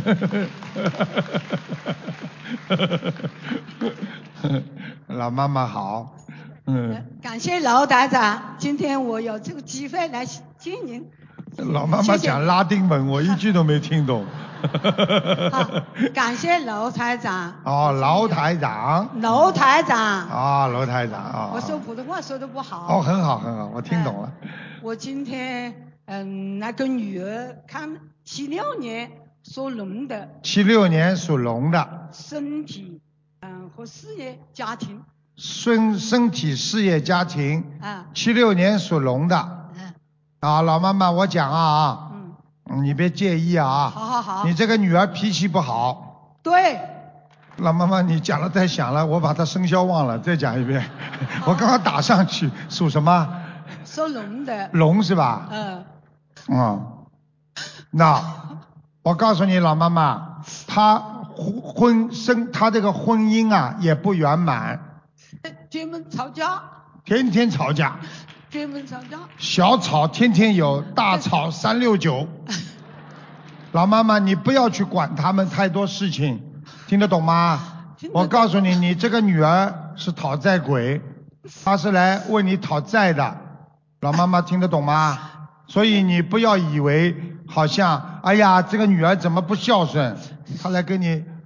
老妈妈好。嗯。 感谢老台长，今天我有这个机会来见您。 老妈妈讲拉丁文，我一句都没听懂。 好，感谢楼台长。 哦，楼台长。 楼台长。 哦，楼台长啊。哦、 我说普通话说的不好。 哦，很好很好，我听懂了。 呃、我今天嗯，那个女儿看七六年属龙的。 七六年属龙的。 身体嗯和事业家庭。 身身体事业家庭。 啊。 七六年属龙的。 嗯。 啊，老妈妈，我讲啊啊。你别介意啊！ 好好好。 你这个女儿脾气不好。 对。 老妈妈，你讲了太响了，我把她生肖忘了，再讲一遍。我刚刚打上去，属什么？ 属龙的。 龙是吧？ 嗯。 嗯。那我告诉你，老妈妈，她婚生她这个婚姻啊也不圆满。 专门吵架。 天天吵架。 专门吵架。 小吵天天有，大吵三六九。老妈妈，你不要去管他们太多事情，听得懂吗？我告诉你，你这个女儿是讨债鬼，她是来为你讨债的。老妈妈听得懂吗？所以你不要以为好像，哎呀，这个女儿怎么不孝顺？她来跟你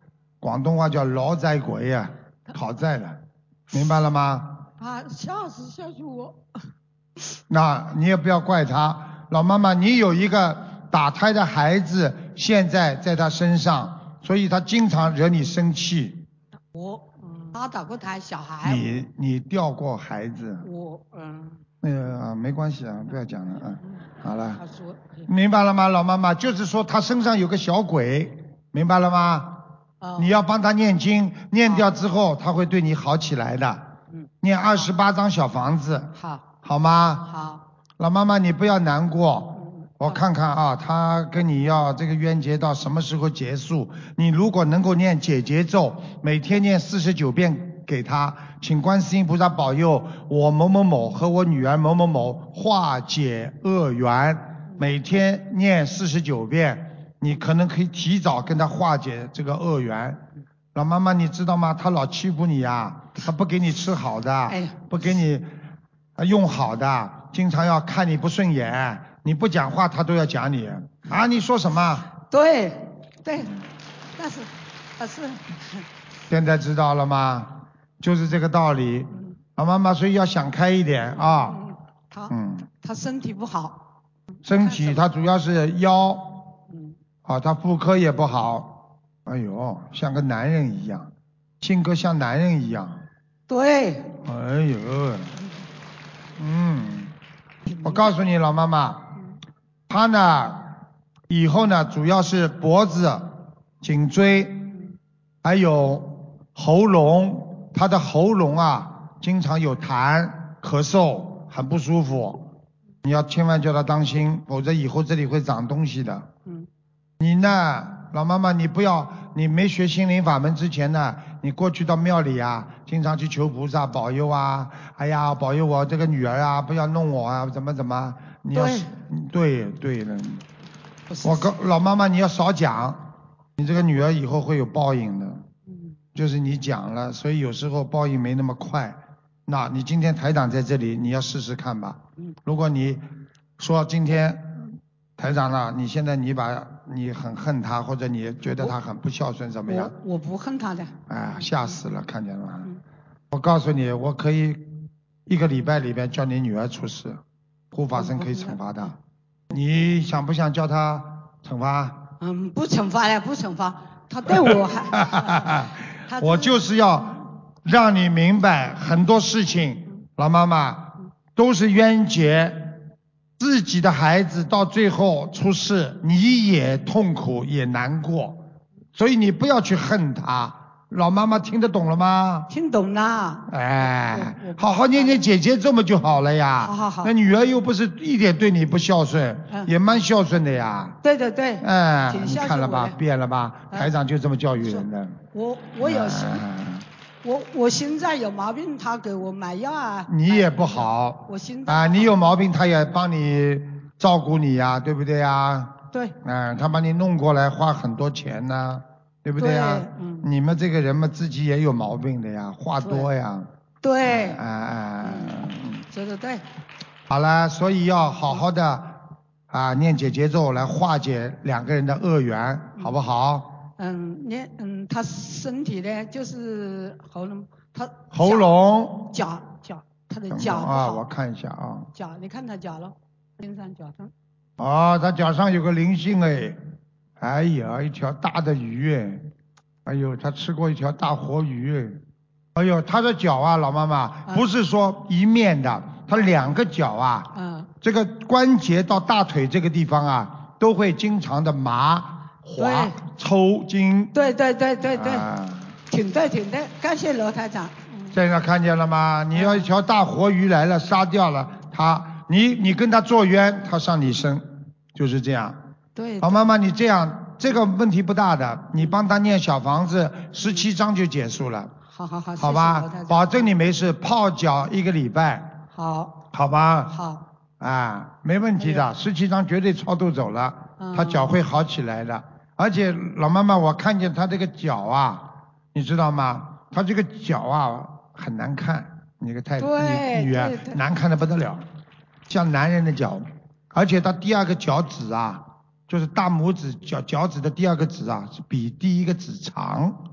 广东话叫老在鬼呀、啊，讨债了，明白了吗？ 啊，吓死吓死我！ 那你也不要怪他，老妈妈，你有一个打胎的孩子，现在在他身上，所以他经常惹你生气。 我，嗯，他打过胎，小孩。 你你掉过孩子？ 我，嗯。 那个啊，没关系啊，不要讲了啊。好了， 他说明白了吗，老妈妈？就是说他身上有个小鬼，明白了吗？ 哦。 你要帮他念经，念掉之后他会对你好起来的。 嗯。 念二十八张小房子。 好。 好吗？ 好。 老妈妈，你不要难过。嗯、我看看啊，他跟你要这个冤结到什么时候结束？你如果能够念解结咒，每天念四十九遍给他，请观世音菩萨保佑我某某某和我女儿某某某化解恶缘。每天念四十九遍，你可能可以提早跟他化解这个恶缘。老妈妈，你知道吗？他老欺负你呀、啊，他不给你吃好的， 哎、 不给你。用好的，经常要看你不顺眼，你不讲话他都要讲你啊！你说什么？ 对对，但是但是。 现在知道了吗？就是这个道理。老妈妈，所以要想开一点啊。 嗯，他嗯， 他身体不好。 身体他主要是腰， 嗯， 啊，他妇科也不好。哎呦，像个男人一样，性格像男人一样。 对。 哎呦。嗯，我告诉你，老妈妈，他呢，以后呢，主要是脖子、颈椎，还有喉咙，他的喉咙啊，经常有痰、咳嗽，很不舒服。你要千万叫他当心，否则以后这里会长东西的。 嗯。 你呢，老妈妈，你不要，你没学心灵法门之前呢，你过去到庙里啊，经常去求菩萨保佑啊，哎呀，保佑我这个女儿啊，不要弄我啊，怎么怎么，你要对对了，我告老妈妈你要少讲，你这个女儿以后会有报应的，就是你讲了，所以有时候报应没那么快。那你今天台长在这里，你要试试看吧。如果你说今天台长了，你现在你把你很恨他，或者你觉得他很不孝顺，怎么样？ 我我不恨他的。 哎，吓死了，看见了吗？嗯、我告诉你，我可以一个礼拜里边叫你女儿出事，护法神可以惩罚他。你想不想叫他惩罚？ 嗯，不惩罚了，不惩罚。他对我还。 我就是要让你明白很多事情，老妈妈都是冤结。自己的孩子到最后出事，你也痛苦也难过，所以你不要去恨他。老妈妈听得懂了吗？ 听懂了。 哎，好好念念姐姐这么就好了呀。 好好好。 那女儿又不是一点对你不孝顺， 嗯、 也蛮孝顺的呀。 对对对。 哎，你看了吧，变了吧？ 嗯、 台长就这么教育人的。 我我有心。 哎我我心脏有毛病，他给我买药啊。 你也不好。 我心脏啊，你有毛病，他也帮你照顾你呀，对不对呀？ 对。 嗯，他把你弄过来，花很多钱呢，对不对呀？ 对。嗯。 你们这个人嘛，自己也有毛病的呀，话多呀。 对。 哎哎。 嗯，说的对。 好了，所以要好好的啊念解结咒来化解两个人的恶缘，好不好？ 嗯，念嗯，他身体呢，就是喉咙，他喉咙脚脚，他的脚不好啊，我看一下啊， 脚，你看他脚了，身上脚上。 哦，他脚上有个灵性哎，哎呀，一条大的鱼哎，哎呦，他吃过一条大活鱼哎，哎呦，他的脚啊，老妈妈、嗯、不是说一面的，他两个脚啊， 嗯， 这个关节到大腿这个地方啊，都会经常的麻。滑抽筋， 对对对对对， 啊、 挺对挺对，感谢罗台长。 现在看见了吗？你要一条大活鱼来了，杀掉了它，你你跟他做冤，他上你身，就是这样。 对。 好，妈妈，你这样这个问题不大的，你帮他念小房子十七章就结束了。 好好好， 好吧，保证你没事，泡脚一个礼拜。 好。 好吧。 好。 啊，没问题的，十七章绝对超度走了， 嗯、 他脚会好起来的。而且老妈妈，我看见他这个脚啊，你知道吗？他这个脚啊很难看，你个太女女啊难看的不得了，像男人的脚。而且他第二个脚趾啊，就是大拇指脚脚趾的第二个趾啊，是比第一个趾长。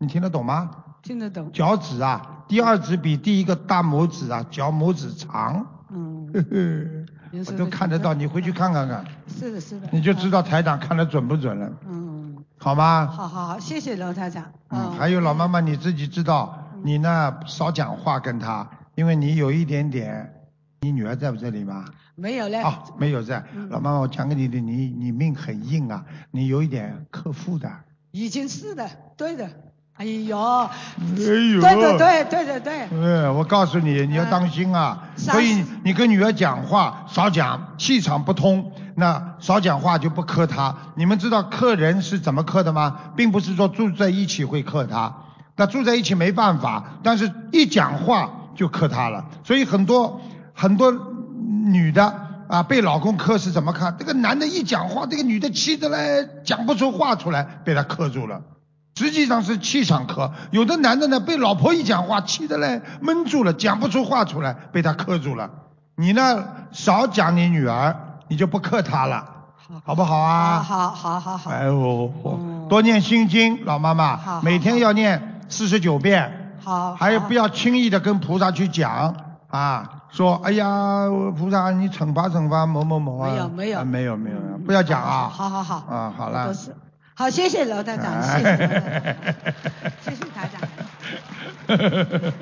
你听得懂吗？ 听得懂。 脚趾啊，第二指比第一个大拇指啊，脚拇指长。 嗯。 呵呵，我都看得到，你回去看看看。 是的，是的。 你就知道台长看得准不准了。 嗯。 好吗？ 好好好，谢谢罗台长。 嗯，还有老妈妈你自己知道，你呢少讲话跟他，因为你有一点点，你女儿在不在这里吗？ 没有嘞。 哦，没有在。老妈妈，我讲给你的，你你命很硬啊，你有一点克父的。 已经是的，对的。哎呦， 哎呦， 对对对对对对。 嗯，我告诉你，你要当心啊。所以你跟女儿讲话少讲，气场不通，那少讲话就不克她。你们知道克人是怎么克的吗？并不是说住在一起会克她，那住在一起没办法，但是一讲话就克她了。所以很多很多女的啊，被老公克是怎么看？这个男的一讲话，这个女的气得来讲不出话出来，被他克住了。实际上是气场克，有的男的呢被老婆一讲话气得来闷住了，讲不出话出来，被他克住了。你呢少讲你女儿，你就不克她了，好不好啊？ 好好好好。 哎呦，多念心经，老妈妈，每天要念四十九遍。 好。 还有不要轻易的跟菩萨去讲啊，说哎呀菩萨你惩罚惩罚某某某啊。 没有没有、 啊、没有没有，不要讲啊。 好好好。 啊好了。 都是。好，谢谢罗台长，谢谢罗台长，谢谢台长。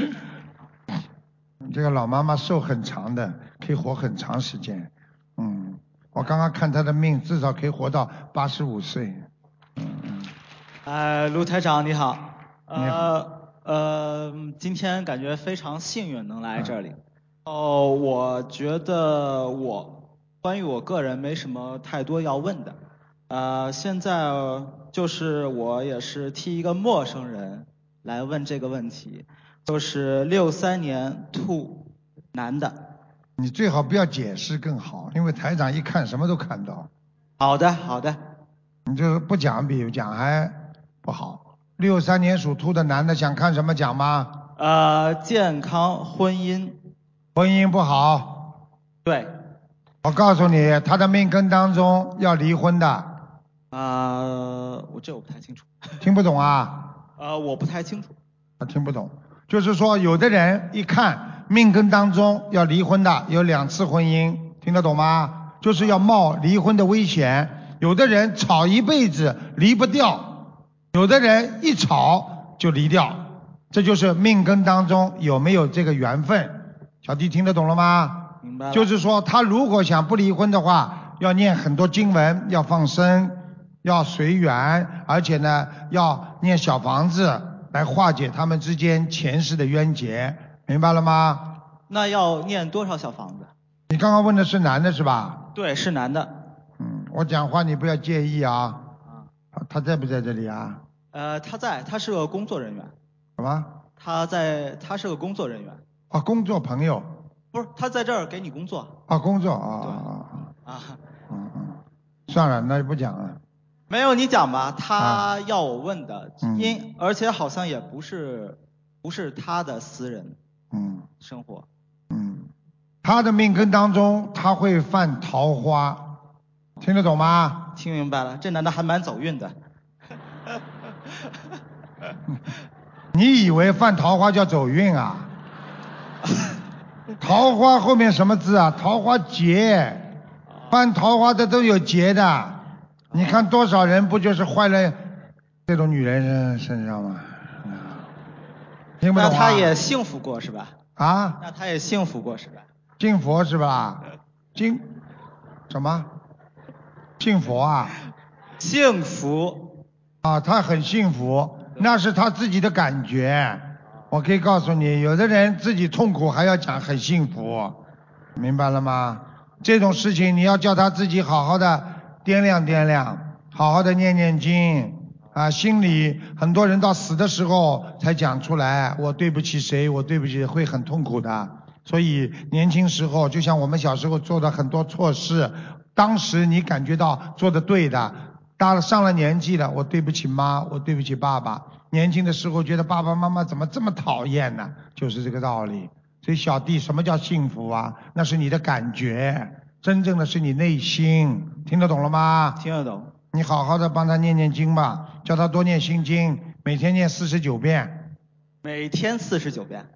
这个老妈妈寿很长的，可以活很长时间。嗯，我刚刚看她的命，至少可以活到八十五岁。嗯嗯。 呃，卢台长你好。 你好。 呃呃，今天感觉非常幸运能来这里。哦、嗯，我觉得我关于我个人没什么太多要问的。呃，现在就是我也是替一个陌生人来问这个问题，就是六三年兔男的。 你最好不要解释更好，因为台长一看什么都看到。 好的好的。 你就是不讲比讲还不好。六三年属兔的男的想看什么讲吗？ 呃，健康婚姻。 婚姻不好。 对。 我告诉你，他的命根当中要离婚的。 呃，我这我不太清楚。 听不懂啊？ 呃，我不太清楚。 啊，听不懂。就是说，有的人一看命根当中要离婚的，有两次婚姻，听得懂吗？就是要冒离婚的危险。有的人吵一辈子离不掉，有的人一吵就离掉，这就是命根当中有没有这个缘分。小弟听得懂了吗？ 明白了。 就是说，他如果想不离婚的话，要念很多经文，要放生。要随缘，而且呢，要念小房子来化解他们之间前世的冤结，明白了吗？ 那要念多少小房子？ 你刚刚问的是男的是吧？ 对，是男的。 嗯，我讲话你不要介意啊。啊。他在不在这里啊？ 呃，他在，他是个工作人员。 什么？ 他在，他是个工作人员。 啊，工作朋友。 不是，他在这儿给你工作。 啊，工作啊啊啊。啊。 嗯嗯。算了，那就不讲了。 没有，你讲吧。他要我问的， 嗯、 因而且好像也不是不是他的私人嗯生活。 嗯，他的命根当中他会犯桃花，听得懂吗？ 听明白了，这男的还蛮走运的。 你以为犯桃花叫走运啊？桃花后面什么字啊？桃花劫，犯桃花的都有劫的。你看多少人不就是坏了这种女人身上吗？听不懂啊？ 那他也幸福过是吧？ 啊？ 那他也幸福过是吧？ 敬佛是吧？敬什么？敬佛啊？ 幸福啊，他很幸福，那是他自己的感觉。我可以告诉你，有的人自己痛苦还要讲很幸福，明白了吗？这种事情你要叫他自己好好的掂量掂量，好好的念念经啊，心里很多人到死的时候才讲出来，我对不起谁，我对不起，会很痛苦的。所以年轻时候就像我们小时候做的很多错事，当时你感觉到做的对的，大了上了年纪了，我对不起妈，我对不起爸爸。年轻的时候觉得爸爸妈妈怎么这么讨厌呢？就是这个道理。所以小弟，什么叫幸福啊？那是你的感觉，真正的是你内心，听得懂了吗？ 听得懂。 你好好的帮他念念经吧，叫他多念心经， 每天念四十九遍。 每天四十九遍。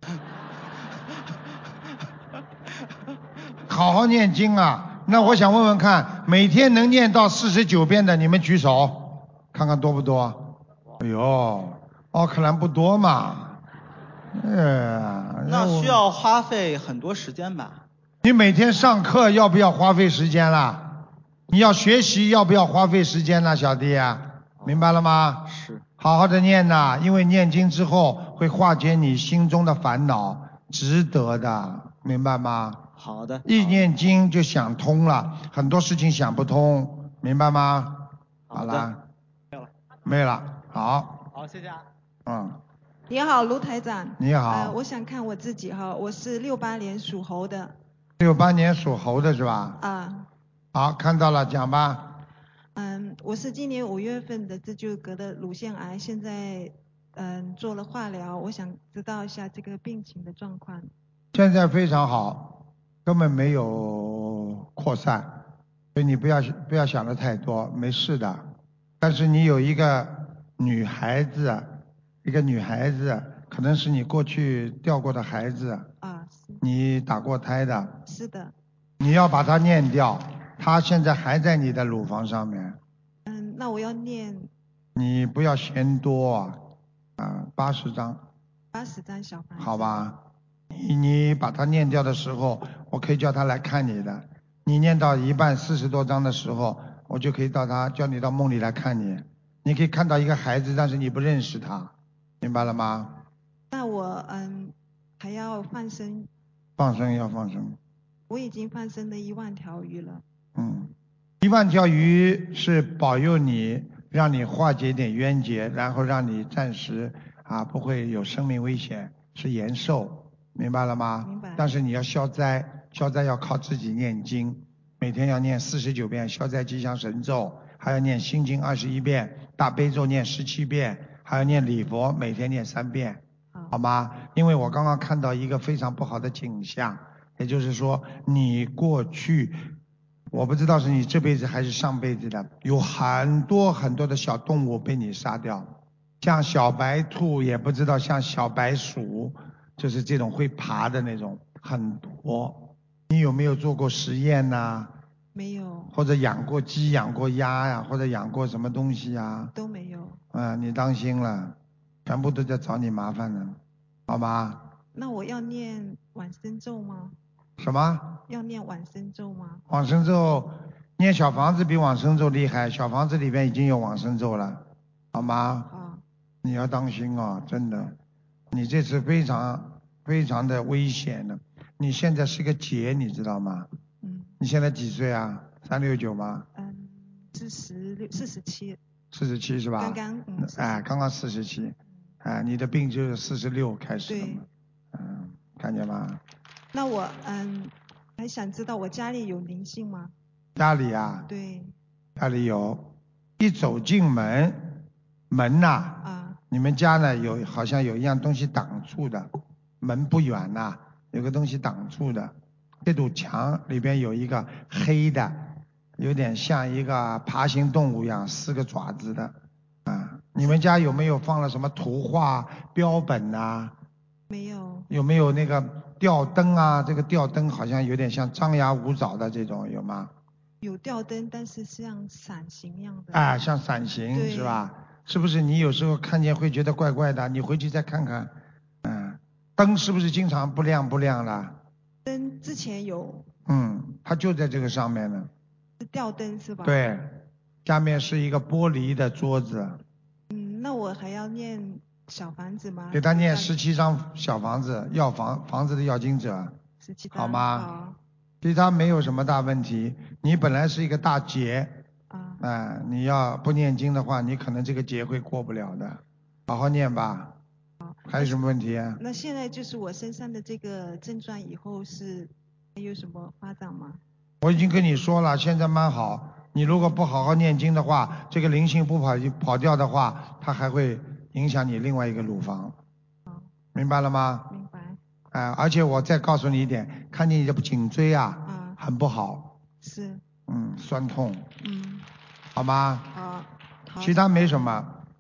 好好念经啊！那我想问问看，每天能念到四十九遍的，你们举手，看看多不多？哎呦，奥克兰不多嘛。呃， 那需要花费很多时间吧？ 你每天上课要不要花费时间啦？你要学习要不要花费时间啦，小弟啊？明白了吗？ 是。 好好的念呐，因为念经之后会化解你心中的烦恼，值得的，明白吗？ 好的。 一念经就想通了，很多事情想不通，明白吗？好了。 没了。 没了。好。 好，谢谢啊。 嗯。 你好，卢台长。 你好。 呃，我想看我自己哈，我是六八年属猴的。 六八年属猴的是吧？ 啊。 好，看到了，讲吧。 嗯，我是今年五月份的自救格的乳腺癌，现在嗯做了化疗，我想知道一下这个病情的状况。 现在非常好，根本没有扩散，所以你不要不要想的太多，没事的。但是你有一个女孩子，一个女孩子，可能是你过去掉过的孩子。 啊，是。 你打过胎的。 是的。 你要把它念掉，它现在还在你的乳房上面。 嗯，那我要念。 你不要嫌多啊，啊，八十张。 八十张小房子。 好吧。你你把它念掉的时候，我可以叫他来看你的。你念到一半四十多章的时候，我就可以到他叫你到梦里来看你。你可以看到一个孩子，但是你不认识他，明白了吗？ 那我嗯还要放生。 放生要放生。 我已经放生了一万条鱼了。 嗯，一万条鱼是保佑你，让你化解点冤结，然后让你暂时啊不会有生命危险，是延寿。明白了吗？ 明白。 但是你要消灾，消灾要靠自己念经，每天要念四十九遍消灾吉祥神咒，还要念心经二十一遍，大悲咒念十七遍，还要念礼佛，每天念三遍，好吗？因为我刚刚看到一个非常不好的景象，也就是说你过去，我不知道是你这辈子还是上辈子的，有很多很多的小动物被你杀掉，像小白兔，也不知道像小白鼠。就是这种会爬的那种很多，你有没有做过实验呐、啊？ 没有。 或者养过鸡、养过鸭呀、啊，或者养过什么东西啊？ 都没有。 啊，你当心了，全部都在找你麻烦呢，好吗？ 那我要念往生咒吗？ 什么？ 要念往生咒吗？ 往生咒，念小房子比往生咒厉害，小房子里边已经有往生咒了，好吗？ 好。 你要当心哦，真的。你这次非常非常的危险的，你现在是个劫，你知道吗？ 嗯。 你现在几岁啊？三六九吗？ 嗯，四十六，四十七。 四十七是吧？ 刚刚，嗯。 哎，刚刚四十七，哎，你的病就是四十六开始的嘛。嗯，看见吗？ 那我嗯，还想知道我家里有灵性吗？ 家里啊？ 对。 家里有，一走进门，门呐、啊。啊。你们家呢有好像有一样东西挡住的，门不远呐、啊，有个东西挡住的，这堵墙里边有一个黑的，有点像一个爬行动物一样，四个爪子的，啊，你们家有没有放了什么图画标本呐、啊？ 没有。 有没有那个吊灯啊？这个吊灯好像有点像张牙舞爪的这种，有吗？ 有吊灯，但是像伞形一样的。 啊，像伞形是吧？是不是你有时候看见会觉得怪怪的？你回去再看看，嗯，灯是不是经常不亮不亮了？ 灯之前有。 嗯，它就在这个上面呢。 是吊灯是吧？ 对，下面是一个玻璃的桌子。 嗯，那我还要念小房子吗？ 给他念十七张小房子，要房房子的要经者， 十七好吗？ 好。 其他没有什么大问题。你本来是一个大劫。 啊、 哎，你要不念经的话，你可能这个劫会过不了的，好好念吧。 好。 还有什么问题啊？ 那现在就是我身上的这个症状，以后是还有什么发展吗？ 我已经跟你说了，现在蛮好。你如果不好好念经的话，这个灵性不跑跑掉的话，它还会影响你另外一个乳房。明白了吗？ 明白。 哎、呃，而且我再告诉你一点，看见你的颈椎啊， 啊很不好。 是。 嗯，酸痛。 嗯。 好吗？ 好。好。 其他没什么，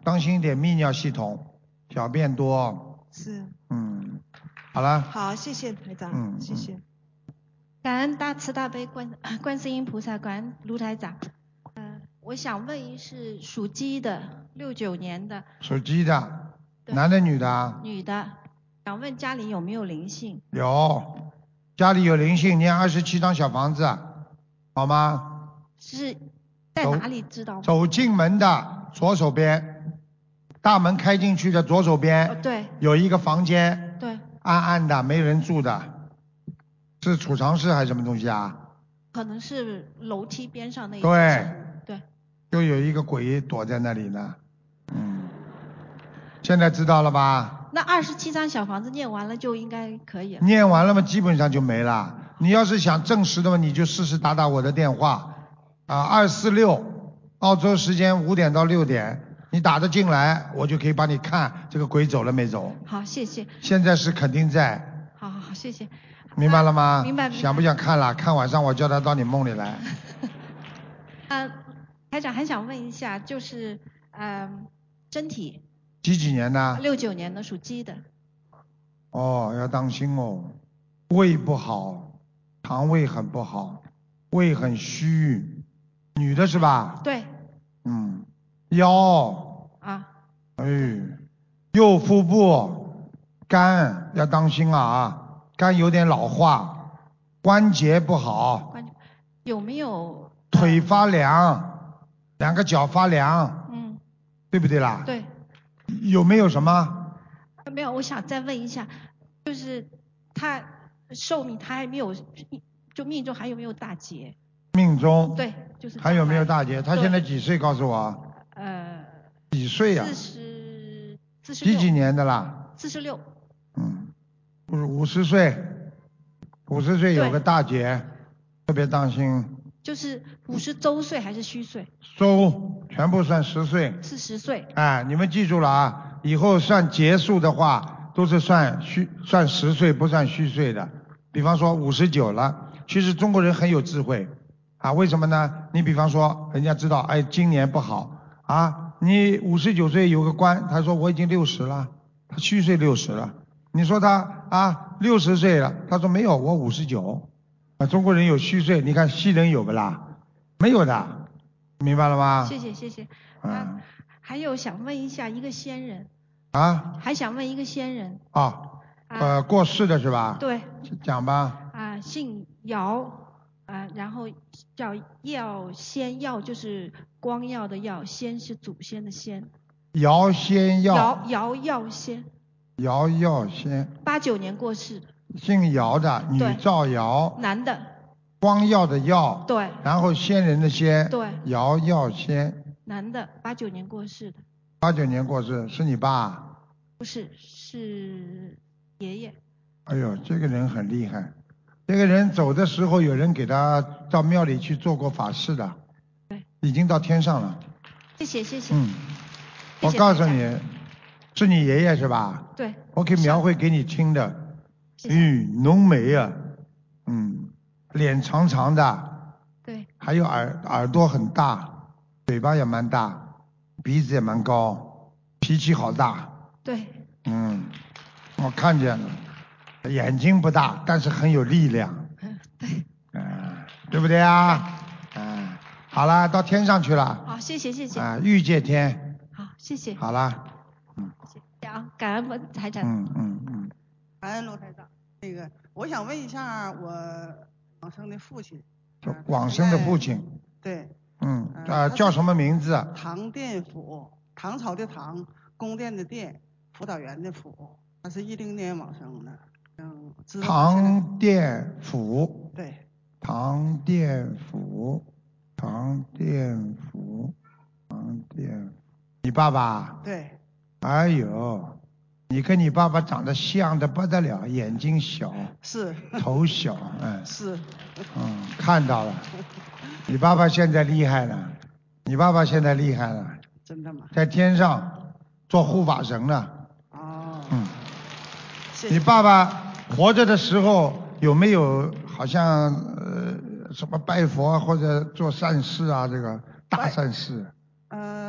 当心一点泌尿系统，小便多。 是。 嗯，好了。 好，谢谢台长， 嗯， 谢谢。 感恩大慈大悲观观世音菩萨，感恩卢台长。呃，我想问一是属鸡的，六九年的。 属鸡的，男的女的啊？ 女的，想问家里有没有灵性？ 有，家里有灵性，念二十七张小房子，好吗？ 是在哪里知道吗？ 走进门的左手边，大门开进去的左手边， 哦，对， 有一个房间， 对， 暗暗的，没人住的，是储藏室还是什么东西啊？ 可能是楼梯边上那一对， 对， 就有一个鬼躲在那里呢。嗯，现在知道了吧？ 那二十七张小房子念完了就应该可以了。 念完了嘛，基本上就没了。你要是想证实的话，你就试试打打我的电话啊，二四六，澳洲时间五点到六点，你打得进来，我就可以帮你看这个鬼走了没走。 好，谢谢。 现在是肯定在。 好好好，谢谢。 明白了吗？ 啊、明白。明白想不想看了？看晚上我叫他到你梦里来。 呃，台长还想问一下，就是呃，身体。 几几年的？ 六九年的，属鸡的。 哦，要当心哦，胃不好，肠胃很不好，胃很虚，女的是吧？ 对。 嗯，腰。 啊。 哎，右腹部肝要当心啊，肝有点老化，关节不好。 关节有没有？ 腿发凉，两个脚发凉。 嗯。 对不对啦？ 对。 有没有什么？ 没有，我想再问一下，就是他寿命他还没有，就命中还有没有大劫？ 命中。 对，就是。 还有没有大劫？他现在几岁？告诉我。 呃。 几岁呀？ 四十，四十几几年的啦？ 四十六。 嗯，五五十岁，五十岁有个大劫，特别当心。 就是五十周岁还是虚岁？ 周，全部算十岁。 是十岁。 哎，你们记住了啊，以后算结束的话，都是算虚，算十岁，不算虚岁的。比方说五十九了，其实中国人很有智慧啊，为什么呢？你比方说，人家知道，哎，今年不好啊，你五十九岁有个官，他说我已经六十了，他虚岁六十了。你说他啊六十岁了，他说没有，我五十九。啊，中国人有虚岁，你看西人有不啦？没有的，明白了吗？ 谢谢谢谢。 嗯、 啊，还有想问一下一个仙人。 啊？ 还想问一个仙人。 啊，呃，啊、过世的是吧？ 对。 讲吧。 啊，姓姚，啊，然后叫耀仙，耀就是光耀的耀，仙是祖先的仙。 姚仙耀。 姚姚耀仙。 姚耀仙。 八九年过世的。 姓姚的，女赵瑶。 男的。 光耀的耀。 对。 然后仙人的仙。 对。 姚耀仙。 男的，八九年过世的。 八九年过世，是你爸？ 不是，是爷爷。 哎呦，这个人很厉害。这个人走的时候，有人给他到庙里去做过法事的。 对。 已经到天上了。 谢谢谢谢。 嗯。我告诉你，是你爷爷是吧？ 对。 我可以描绘给你听的。嗯，浓眉啊，嗯，脸长长的。 对。 还有耳耳朵很大，嘴巴也蛮大，鼻子也蛮高，脾气好大。 对。 嗯，我看见了，眼睛不大，但是很有力量。 嗯，对。 嗯、呃，对不对啊？嗯、呃，好了，到天上去了。 好，谢谢谢谢。 啊、呃，御界天。 好，谢谢。 好了。嗯。 谢谢啊，感恩文台长。 嗯嗯嗯。 感恩罗台长。那个，我想问一下我往生的父亲。 往生的父亲。 对。 嗯，呃，叫什么名字？ 唐殿甫，唐朝的唐，宫殿的殿，辅导员的辅。他是一零年往生的。嗯。 唐殿甫。 对。 唐殿甫，唐殿甫，唐殿。你爸爸？ 对。 哎呦。你跟你爸爸长得像的不得了，眼睛小， 是， 头小，嗯， 是， 嗯，看到了，你爸爸现在厉害了，你爸爸现在厉害了， 真的吗？ 在天上做护法神了， 哦， 嗯， 谢谢。 你爸爸活着的时候有没有好像呃什么拜佛或者做善事啊？这个大善事？ 呃，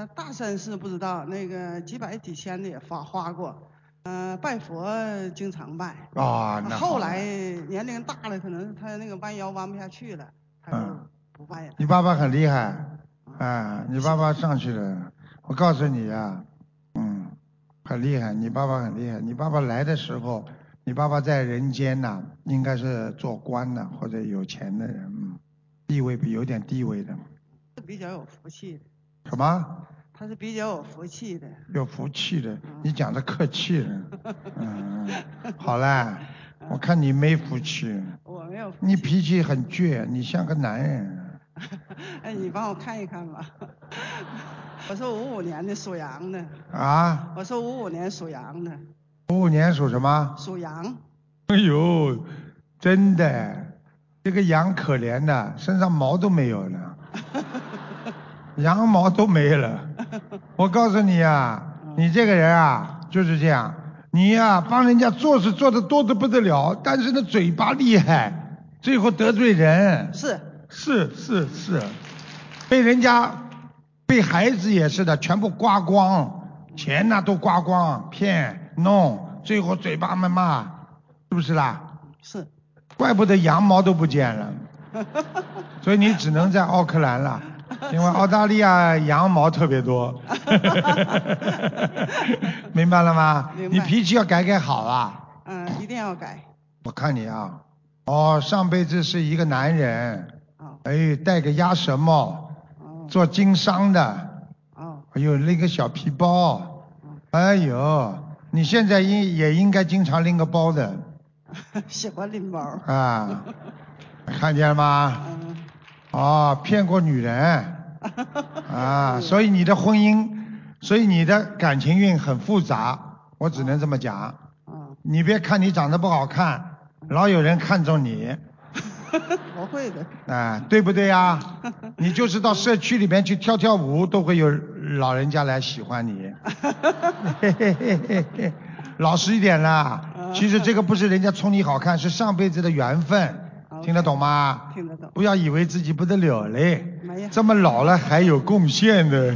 呃，大山是不知道，那个几百几千的也发花过。呃，拜佛经常拜。 啊，那好后来年龄大了，可能他那个弯腰弯不下去了，他就嗯， 不拜了。 你爸爸很厉害，啊，你爸爸上去了，我告诉你啊，嗯，很厉害，你爸爸很厉害。你爸爸来的时候，你爸爸在人间呐、应该是做官的或者有钱的人，嗯，地位有点地位的。 是比较有福气的。 什么？ 他是比较有福气的。 有福气的，你讲的客气了。嗯，好啦，我看你没福气。 我没有福气。 你脾气很倔，你像个男人。 哎，你帮我看一看吧。我是五五年的，属羊的。 啊？ 我是五五年属羊的。 五五年属什么？ 属羊。 哎呦，真的，这个羊可怜的，身上毛都没有了，羊毛都没了。我告诉你啊，你这个人啊就是这样，你呀、帮人家做事做得多得不得了，但是呢嘴巴厉害，最后得罪人。 是是是是，被人家被孩子也是的，全部刮光，钱呐都刮光，骗弄，最后嘴巴们骂，是不是啦？ 是。 怪不得羊毛都不见了，所以你只能在奥克兰了。因为澳大利亚羊毛特别多，明白了吗？ 明白你脾气要改改好啊！ 嗯，一定要改。 我看你啊，哦，上辈子是一个男人， 哦哎，戴个鸭舌帽，做经商的， 哦， 哎呦，拎个小皮包，哎呦，你现在应也应该经常拎个包的喜欢拎包。 啊，看见了吗？哦，骗过女人啊，所以你的婚姻，所以你的感情运很复杂，我只能这么讲。你别看你长得不好看，老有人看中你。 我会的。 啊，对不对呀？你就是到社区里面去跳跳舞，都会有老人家来喜欢你。老实一点啦，其实这个不是人家冲你好看，是上辈子的缘分。听得懂吗？ 听得懂。 不要以为自己不得了嘞没有， 这么老了还有贡献的。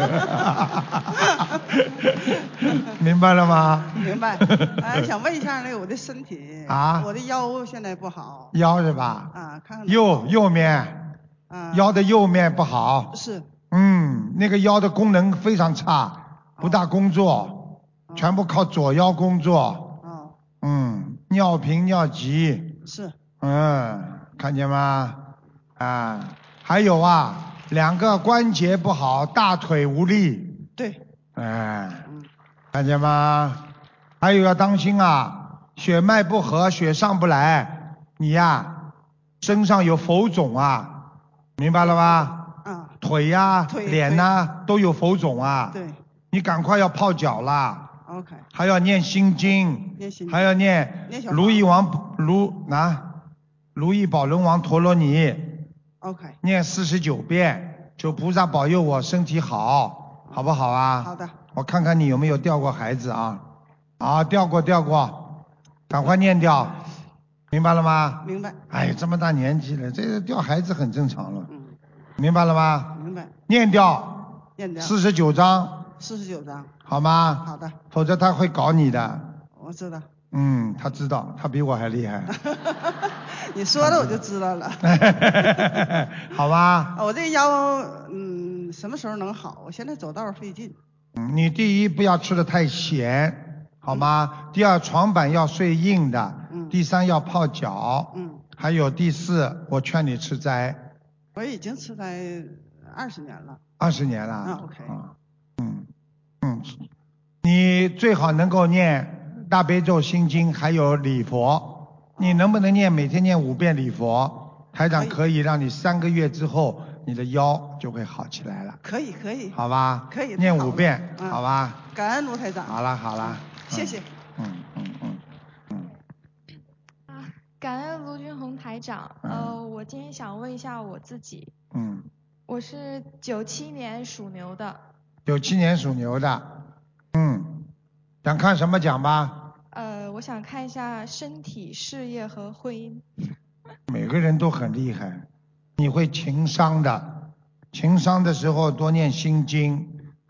明白了吗？ 明白。哎，想问一下那个我的身体啊我的腰现在不好。 腰是吧？ 啊，看看。 右右面，腰的右面不好。 是。 嗯，那个腰的功能非常差，不大工作，全部靠左腰工作。 哦。 嗯，尿频尿急。 是。 嗯，看见吗？啊，还有啊，两个关节不好，大腿无力。 对。 哎，看见吗？还有要当心啊，血脉不和，血上不来，你呀、身上有浮肿啊，明白了吗？ 啊。 腿呀、 腿脸呐、都有浮肿啊。 对。 你赶快要泡脚啦。 OK。 还要念心经， 念心经还要念念小如意王如啊，如意宝轮王陀罗尼， OK。 念四十九遍，求菩萨保佑我身体好，好不好啊？ 好的。 我看看你有没有掉过孩子啊？啊，掉过掉过，赶快念掉，明白了吗？ 明白。 哎，这么大年纪了，这个掉孩子很正常了，明白了吗？ 明白。 念掉念掉。 四十九章， 四十九章。 好吗？ 好的。 否则他会搞你的。 我知道。 嗯，他知道，他比我还厉害。 你说了我就知道了。 好吧。 我这腰，嗯，什么时候能好？我现在走道费劲。 嗯，你第一不要吃的太咸，好吗？ 嗯、 第二，床板要睡硬的。嗯。第三，要泡脚。 嗯。 还有第四，我劝你吃斋。 我已经吃斋二十年了。 二十年了。 啊 OK。 嗯嗯，你最好能够念大悲咒、心经，还有礼佛。你能不能念每天念五遍礼佛？台长可以让你三个月之后，你的腰就会好起来了。 可以可以。 好吧。 可以。 念五遍， 嗯、 好吧。 感恩卢台长。 好了好了。 谢谢。 嗯嗯嗯嗯。 啊，感恩卢军红台长。呃，我今天想问一下我自己。 嗯。 我是九七年属牛的。 九七年属牛的。嗯。想看什么讲吧？ 呃，我想看一下身体、事业和婚姻。 每个人都很厉害，你会情商的，情商的时候多念心经，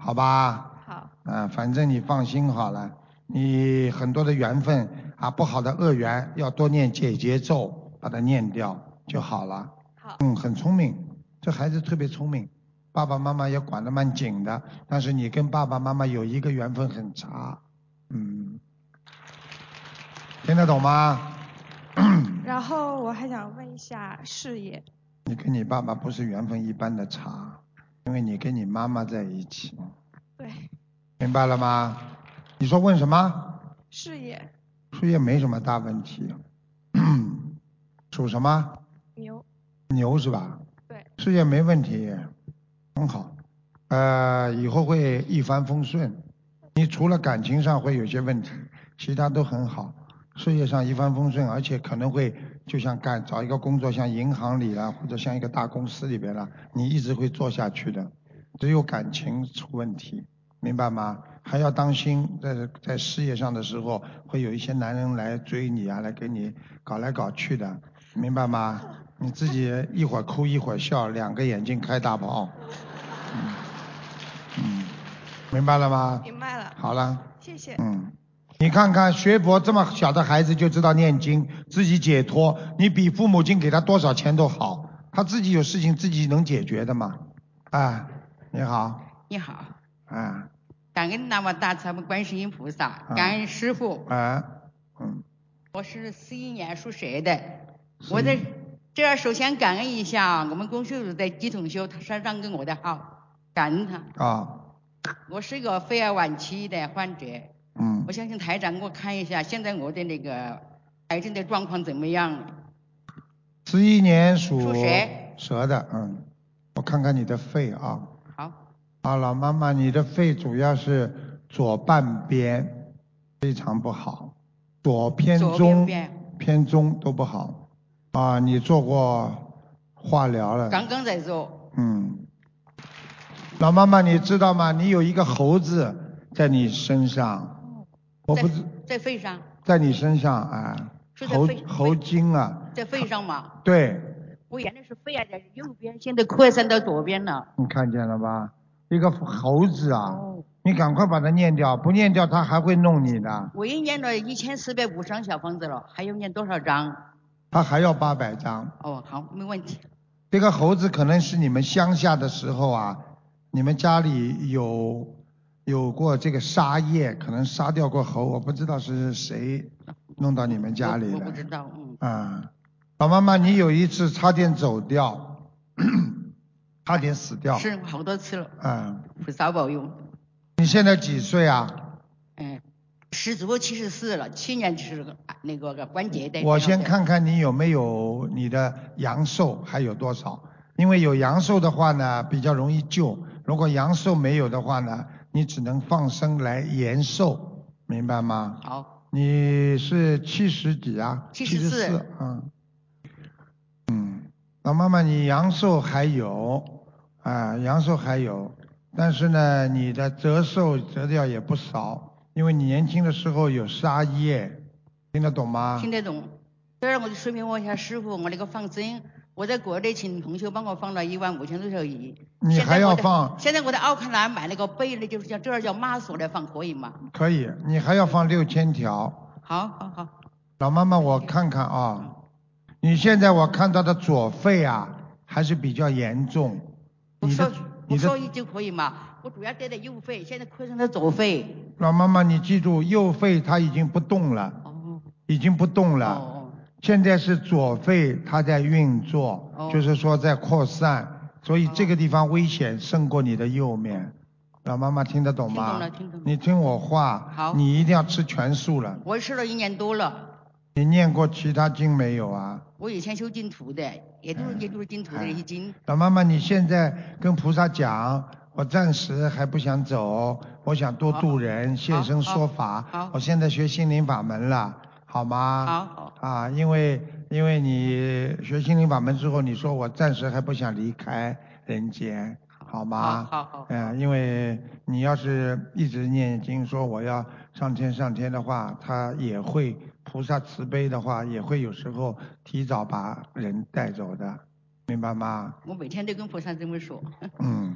好吧？ 好。 啊，反正你放心好了，你很多的缘分啊，不好的恶缘要多念解结咒，把它念掉就好了。 好。 嗯，很聪明，这孩子特别聪明，爸爸妈妈也管得蛮紧的，但是你跟爸爸妈妈有一个缘分很差，嗯，听得懂吗？ 然后我还想问一下事业。 你跟你爸爸不是缘分一般的差，因为你跟你妈妈在一起。 对。 明白了吗？你说问什么？ 事业。 事业没什么大问题。属什么？ 牛。 牛是吧？ 对。 事业没问题，很好。呃，以后会一帆风顺。你除了感情上会有些问题，其他都很好。事业上一帆风顺，而且可能会就像干找一个工作，像银行里啦，或者像一个大公司里边啦，你一直会做下去的。只有感情出问题，明白吗？还要当心，在在事业上的时候，会有一些男人来追你啊，来给你搞来搞去的，明白吗？你自己一会儿哭一会儿笑，两个眼睛开大炮。嗯，嗯，明白了吗？ 明白了。 好了。 谢谢。 嗯。你看看学佛这么小的孩子就知道念经，自己解脱，你比父母亲给他多少钱都好，他自己有事情自己能解决的嘛。啊，你好。 你好。 啊。 感恩南无大慈大悲观世音菩萨，感恩师父。 啊。嗯。 我是四一年属蛇的，我在这儿首先感恩一下我们公修组的季同修，他说让给我的好，感恩他。 啊。 我是一个肺癌晚期的患者。 嗯。 我相信台长给我看一下，现在我的那个癌症的状况怎么样？ 十一年属属蛇。 蛇的，嗯，我看看你的肺啊。 好。 啊，老妈妈，你的肺主要是左半边非常不好，左偏左中边边偏中都不好。啊，你做过化疗了？ 刚刚在做。 嗯。老妈妈，你知道吗？你有一个猴子在你身上，我不知在肺上。 在你身上啊，猴是在肺猴精啊。 在肺上嘛。 对。 我原来是肺癌在右边，现在扩散到左边了。 你看见了吧？一个猴子啊， 哦、 你赶快把它念掉，不念掉它还会弄你的。 我已念了一千四百五十张小房子了，还要念多少张？ 他还要八百张。 哦，好，没问题。 这个猴子可能是你们乡下的时候啊，你们家里有有过这个杀业，可能杀掉过猴，我不知道是谁弄到你们家里的。 我, 我不知道，嗯。 啊，老妈妈，你有一次差点走掉，差点死掉。 是好多次了。 啊。 菩萨保佑。 你现在几岁啊？ 嗯，十足七十四了，去年就是那个个关节的。 我先看看你有没有你的阳寿还有多少，因为有阳寿的话呢比较容易救，如果阳寿没有的话呢，你只能放生来延寿，明白吗？ 好。 你是七十几啊？ 七十四。 嗯。嗯，老妈妈，你阳寿还有啊，阳寿还有，但是呢，你的折寿折掉也不少，因为你年轻的时候有杀业，听得懂吗？ 听得懂。这儿我就说明我一下师傅，我那个放生，我在国内请同学帮我放了一万五千多条鱼。 你还要放？ 现在我在奥克兰买那个贝的，就是像这儿叫马索来放，可以吗？ 可以，你还要放六千条。 好，好，好。 老妈妈，我看看啊，你现在我看到的左肺啊还是比较严重。 我说我说一就可以嘛，我主要得的右肺，现在扩散到左肺。 老妈妈，你记住，右肺它已经不动了， 哦、 已经不动了。 哦现在是左肺它在运作， 哦、 就是说在扩散，所以这个地方危险胜过你的右面。老妈妈听得懂吗？ 听懂了，听懂了。 你听我话， 好， 你一定要吃全素了。 我吃了一年多了。 你念过其他经没有啊？ 我以前修净土的，也都是也都是净土的一些经。 老妈妈，你现在跟菩萨讲，我暂时还不想走，我想多度人，现身说法。我现在学心灵法门了，好吗？ 好好。 啊，因为因为你学心灵法门之后，你说我暂时还不想离开人间，好吗？ 好好好。 嗯、呃，因为你要是一直念经说我要上天上天的话，他也会菩萨慈悲的话，也会有时候提早把人带走的，明白吗？ 我每天都跟菩萨这么说。 嗯，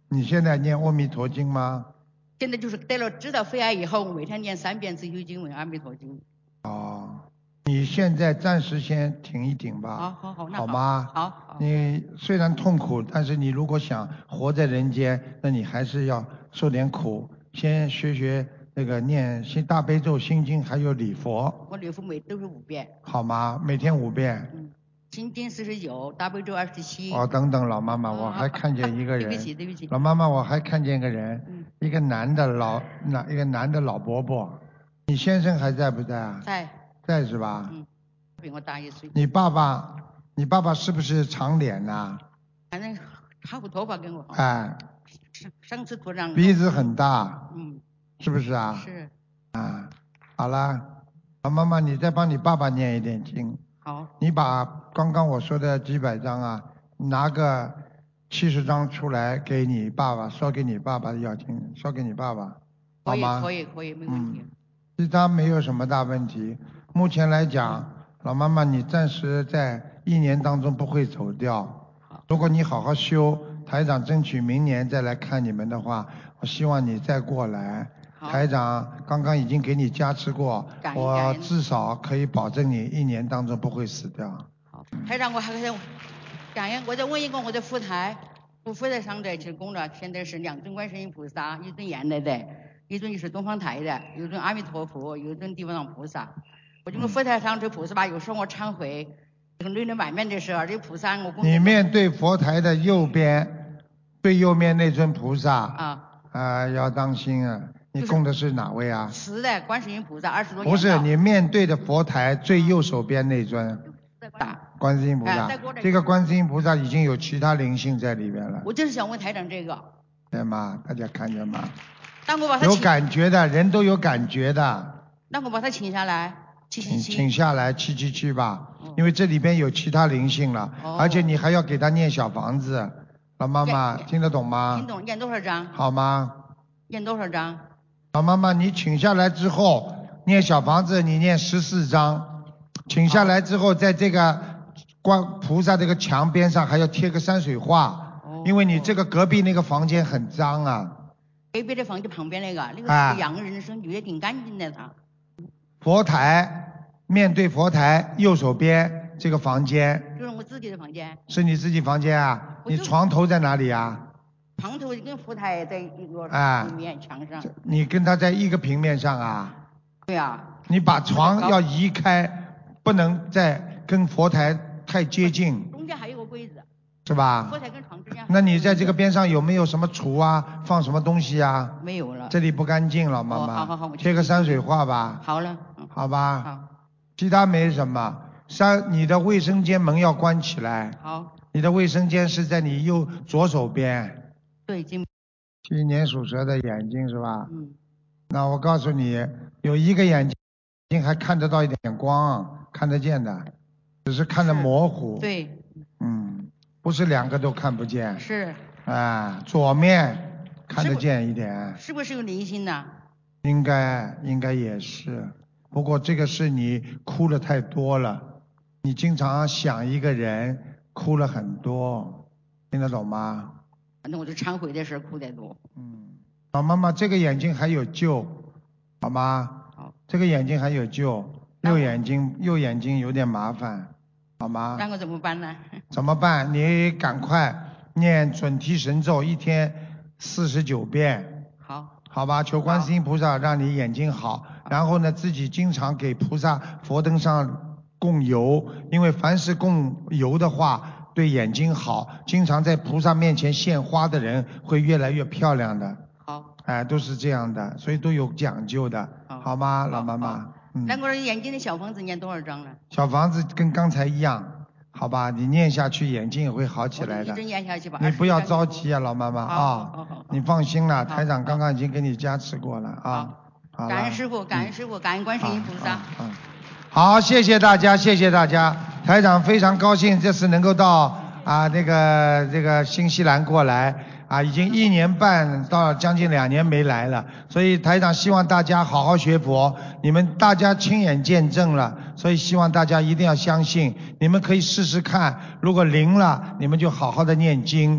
你现在念阿弥陀经吗？ 现在就是得了知道肺癌以后，我每天念三遍自修经文、阿弥陀经。 哦，你现在暂时先停一停吧。 好好好，那好吗？ 好。好。 你虽然痛苦，但是你如果想活在人间，那你还是要受点苦，先学学那个念心大悲咒、心经，还有礼佛， 我礼佛每都是五遍。 好吗？每天五遍。 嗯。心经四十九，大悲咒二十七。 哦，等等，老妈妈，我还看见一个人。 对不起，对不起。 老妈妈，我还看见一个人， 嗯、 一个男的老，那一个男的老伯伯。你先生还在不在啊？ 在。 在是吧？ 嗯。比我大一岁。 你爸爸，你爸爸是不是长脸呐、啊？ 反正哈胡头发跟我。 哎。 上上次头上。 鼻子很大。 嗯。 是不是啊？ 是。 啊，好了，老妈妈，你再帮你爸爸念一点经。 好。 你把刚刚我说的几百张啊，拿个七十张出来给你爸爸，烧给你爸爸的要经，烧给你爸爸，好吗？ 可以，可以，可以，没问题。 嗯，其他没有什么大问题。目前来讲，老妈妈，你暂时在一年当中不会走掉。如果你好好修，台长争取明年再来看你们的话，我希望你再过来。台长刚刚已经给你加持过，我至少可以保证你一年当中不会死掉。 好，台长，我还想感恩，我再问一个我的佛台，我佛台上的提供了，现在是两尊观世音菩萨，一尊原来的，一尊就是东方台的，有一尊阿弥陀佛，有一尊地藏菩萨。我这个佛台上这菩萨吧，有时候我忏悔，这个累累满面的时候，这菩萨我。 你面对佛台的右边，最右面那尊菩萨啊，啊，要当心啊。你供的是哪位啊？ 慈的观世音菩萨，二十多年。 不是，你面对的佛台最右手边那尊。 大。 观世音菩萨。这个观世音菩萨已经有其他灵性在里边了。 我就是想问台长这个。 对吗？大家看见吗？ 那我把他有感觉的人都有感觉的。 那我把他请下来，七七七。 请下来，七七七吧，因为这里边有其他灵性了，而且你还要给他念小房子。老妈妈听得懂吗？ 听懂，念多少章？ 好吗？ 念多少章？ 老妈妈，你请下来之后，念小房子，你念十四章。请下来之后，在这个观菩萨这个墙边上还要贴个山水画，哦、因为你这个隔壁那个房间很脏啊。 隔壁的房间旁边那个，那个是个洋人，是女的挺干净的他。 佛台面对佛台右手边这个房间。 就是我自己的房间。 是你自己房间啊？你床头在哪里啊？ 床头跟佛台在一个平面墙上、啊。 你跟他在一个平面上啊？ 对啊。 你把床要移开，不能再跟佛台太接近。 中间还有个柜子。 是吧？ 佛台跟床之间。 那你在这个边上有没有什么橱啊？放什么东西啊？ 没有了。 这里不干净了，妈妈。 哦、好好好， 贴个山水画吧。 好了。 嗯、好吧。 好。 其他没什么。山，你的卫生间门要关起来。 好。 你的卫生间是在你右左手边。 对，今。 七年属蛇的眼睛是吧？ 嗯。 那我告诉你，有一个眼睛还看得到一点光，看得见的，只是看得模糊。 对。 嗯，不是两个都看不见。 是。 啊，左面看得见一点。 是不是有灵性呢？ 应该，应该也是。不过这个是你哭了太多了，你经常想一个人，哭了很多，听得懂吗？ 反正我就忏悔的事哭得多。 嗯，老妈妈，这个眼睛还有救，好吗？ 好。 这个眼睛还有救，右眼睛右眼睛有点麻烦，好吗？ 那我怎么办呢？ 怎么办？你赶快念准提神咒，一天四十九遍。 好。 好吧，求观世音菩萨让你眼睛好，然后呢，自己经常给菩萨佛灯上供油，因为凡是供油的话。对眼睛好，经常在菩萨面前献花的人会越来越漂亮的。 好。 哎，都是这样的，所以都有讲究的，好, 好吗，老妈妈？ 嗯。那我眼睛的小房子念多少张了？ 小房子跟刚才一样，好吧？你念下去，眼睛也会好起来的。 一直念下去吧。 你不要着急啊，老妈妈啊！你放心了，台长刚刚已经给你加持过了啊。好。 感恩师父，感恩师父，感恩观世音菩萨。 嗯。好，谢谢大家，谢谢大家。台长非常高兴这次能够到啊那个这个新西兰过来啊，已经一年半到将近两年没来了，所以台长希望大家好好学佛，你们大家亲眼见证了，所以希望大家一定要相信，你们可以试试看，如果灵了，你们就好好的念经。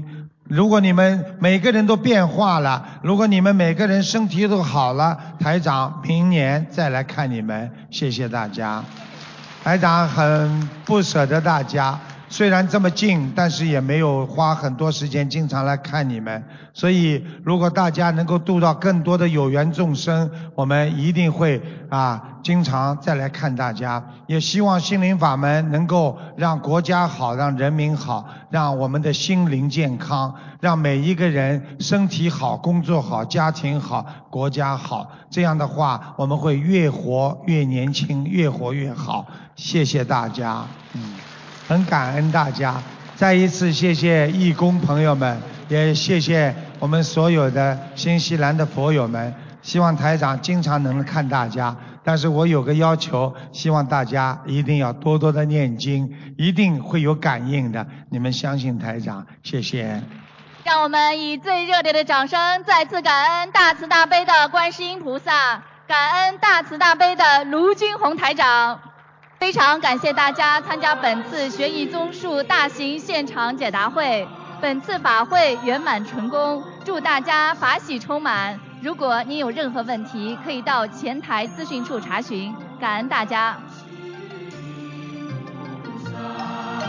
如果你们每个人都变化了，如果你们每个人身体都好了，台长明年再来看你们。谢谢大家。台长很不舍得大家，虽然这么近，但是也没有花很多时间经常来看你们。所以如果大家能够度到更多的有缘众生，我们一定会啊经常再来看大家。也希望心灵法门能够让国家好，让人民好，让我们的心灵健康，让每一个人身体好，工作好，家庭好，国家好。这样的话我们会越活越年轻，越活越好。谢谢大家。嗯，很感恩大家，再一次谢谢义工朋友们，也谢谢我们所有的新西兰的佛友们。希望台长经常能看大家，但是我有个要求，希望大家一定要多多的念经，一定会有感应的。你们相信台长，谢谢。 让我们以最热烈的掌声，再次感恩大慈大悲的观世音菩萨，感恩大慈大悲的卢军宏台长。非常感谢大家参加本次学艺综述大型现场解答会，本次法会圆满成功，祝大家法喜充满。如果您有任何问题，可以到前台资讯处查询。感恩大家。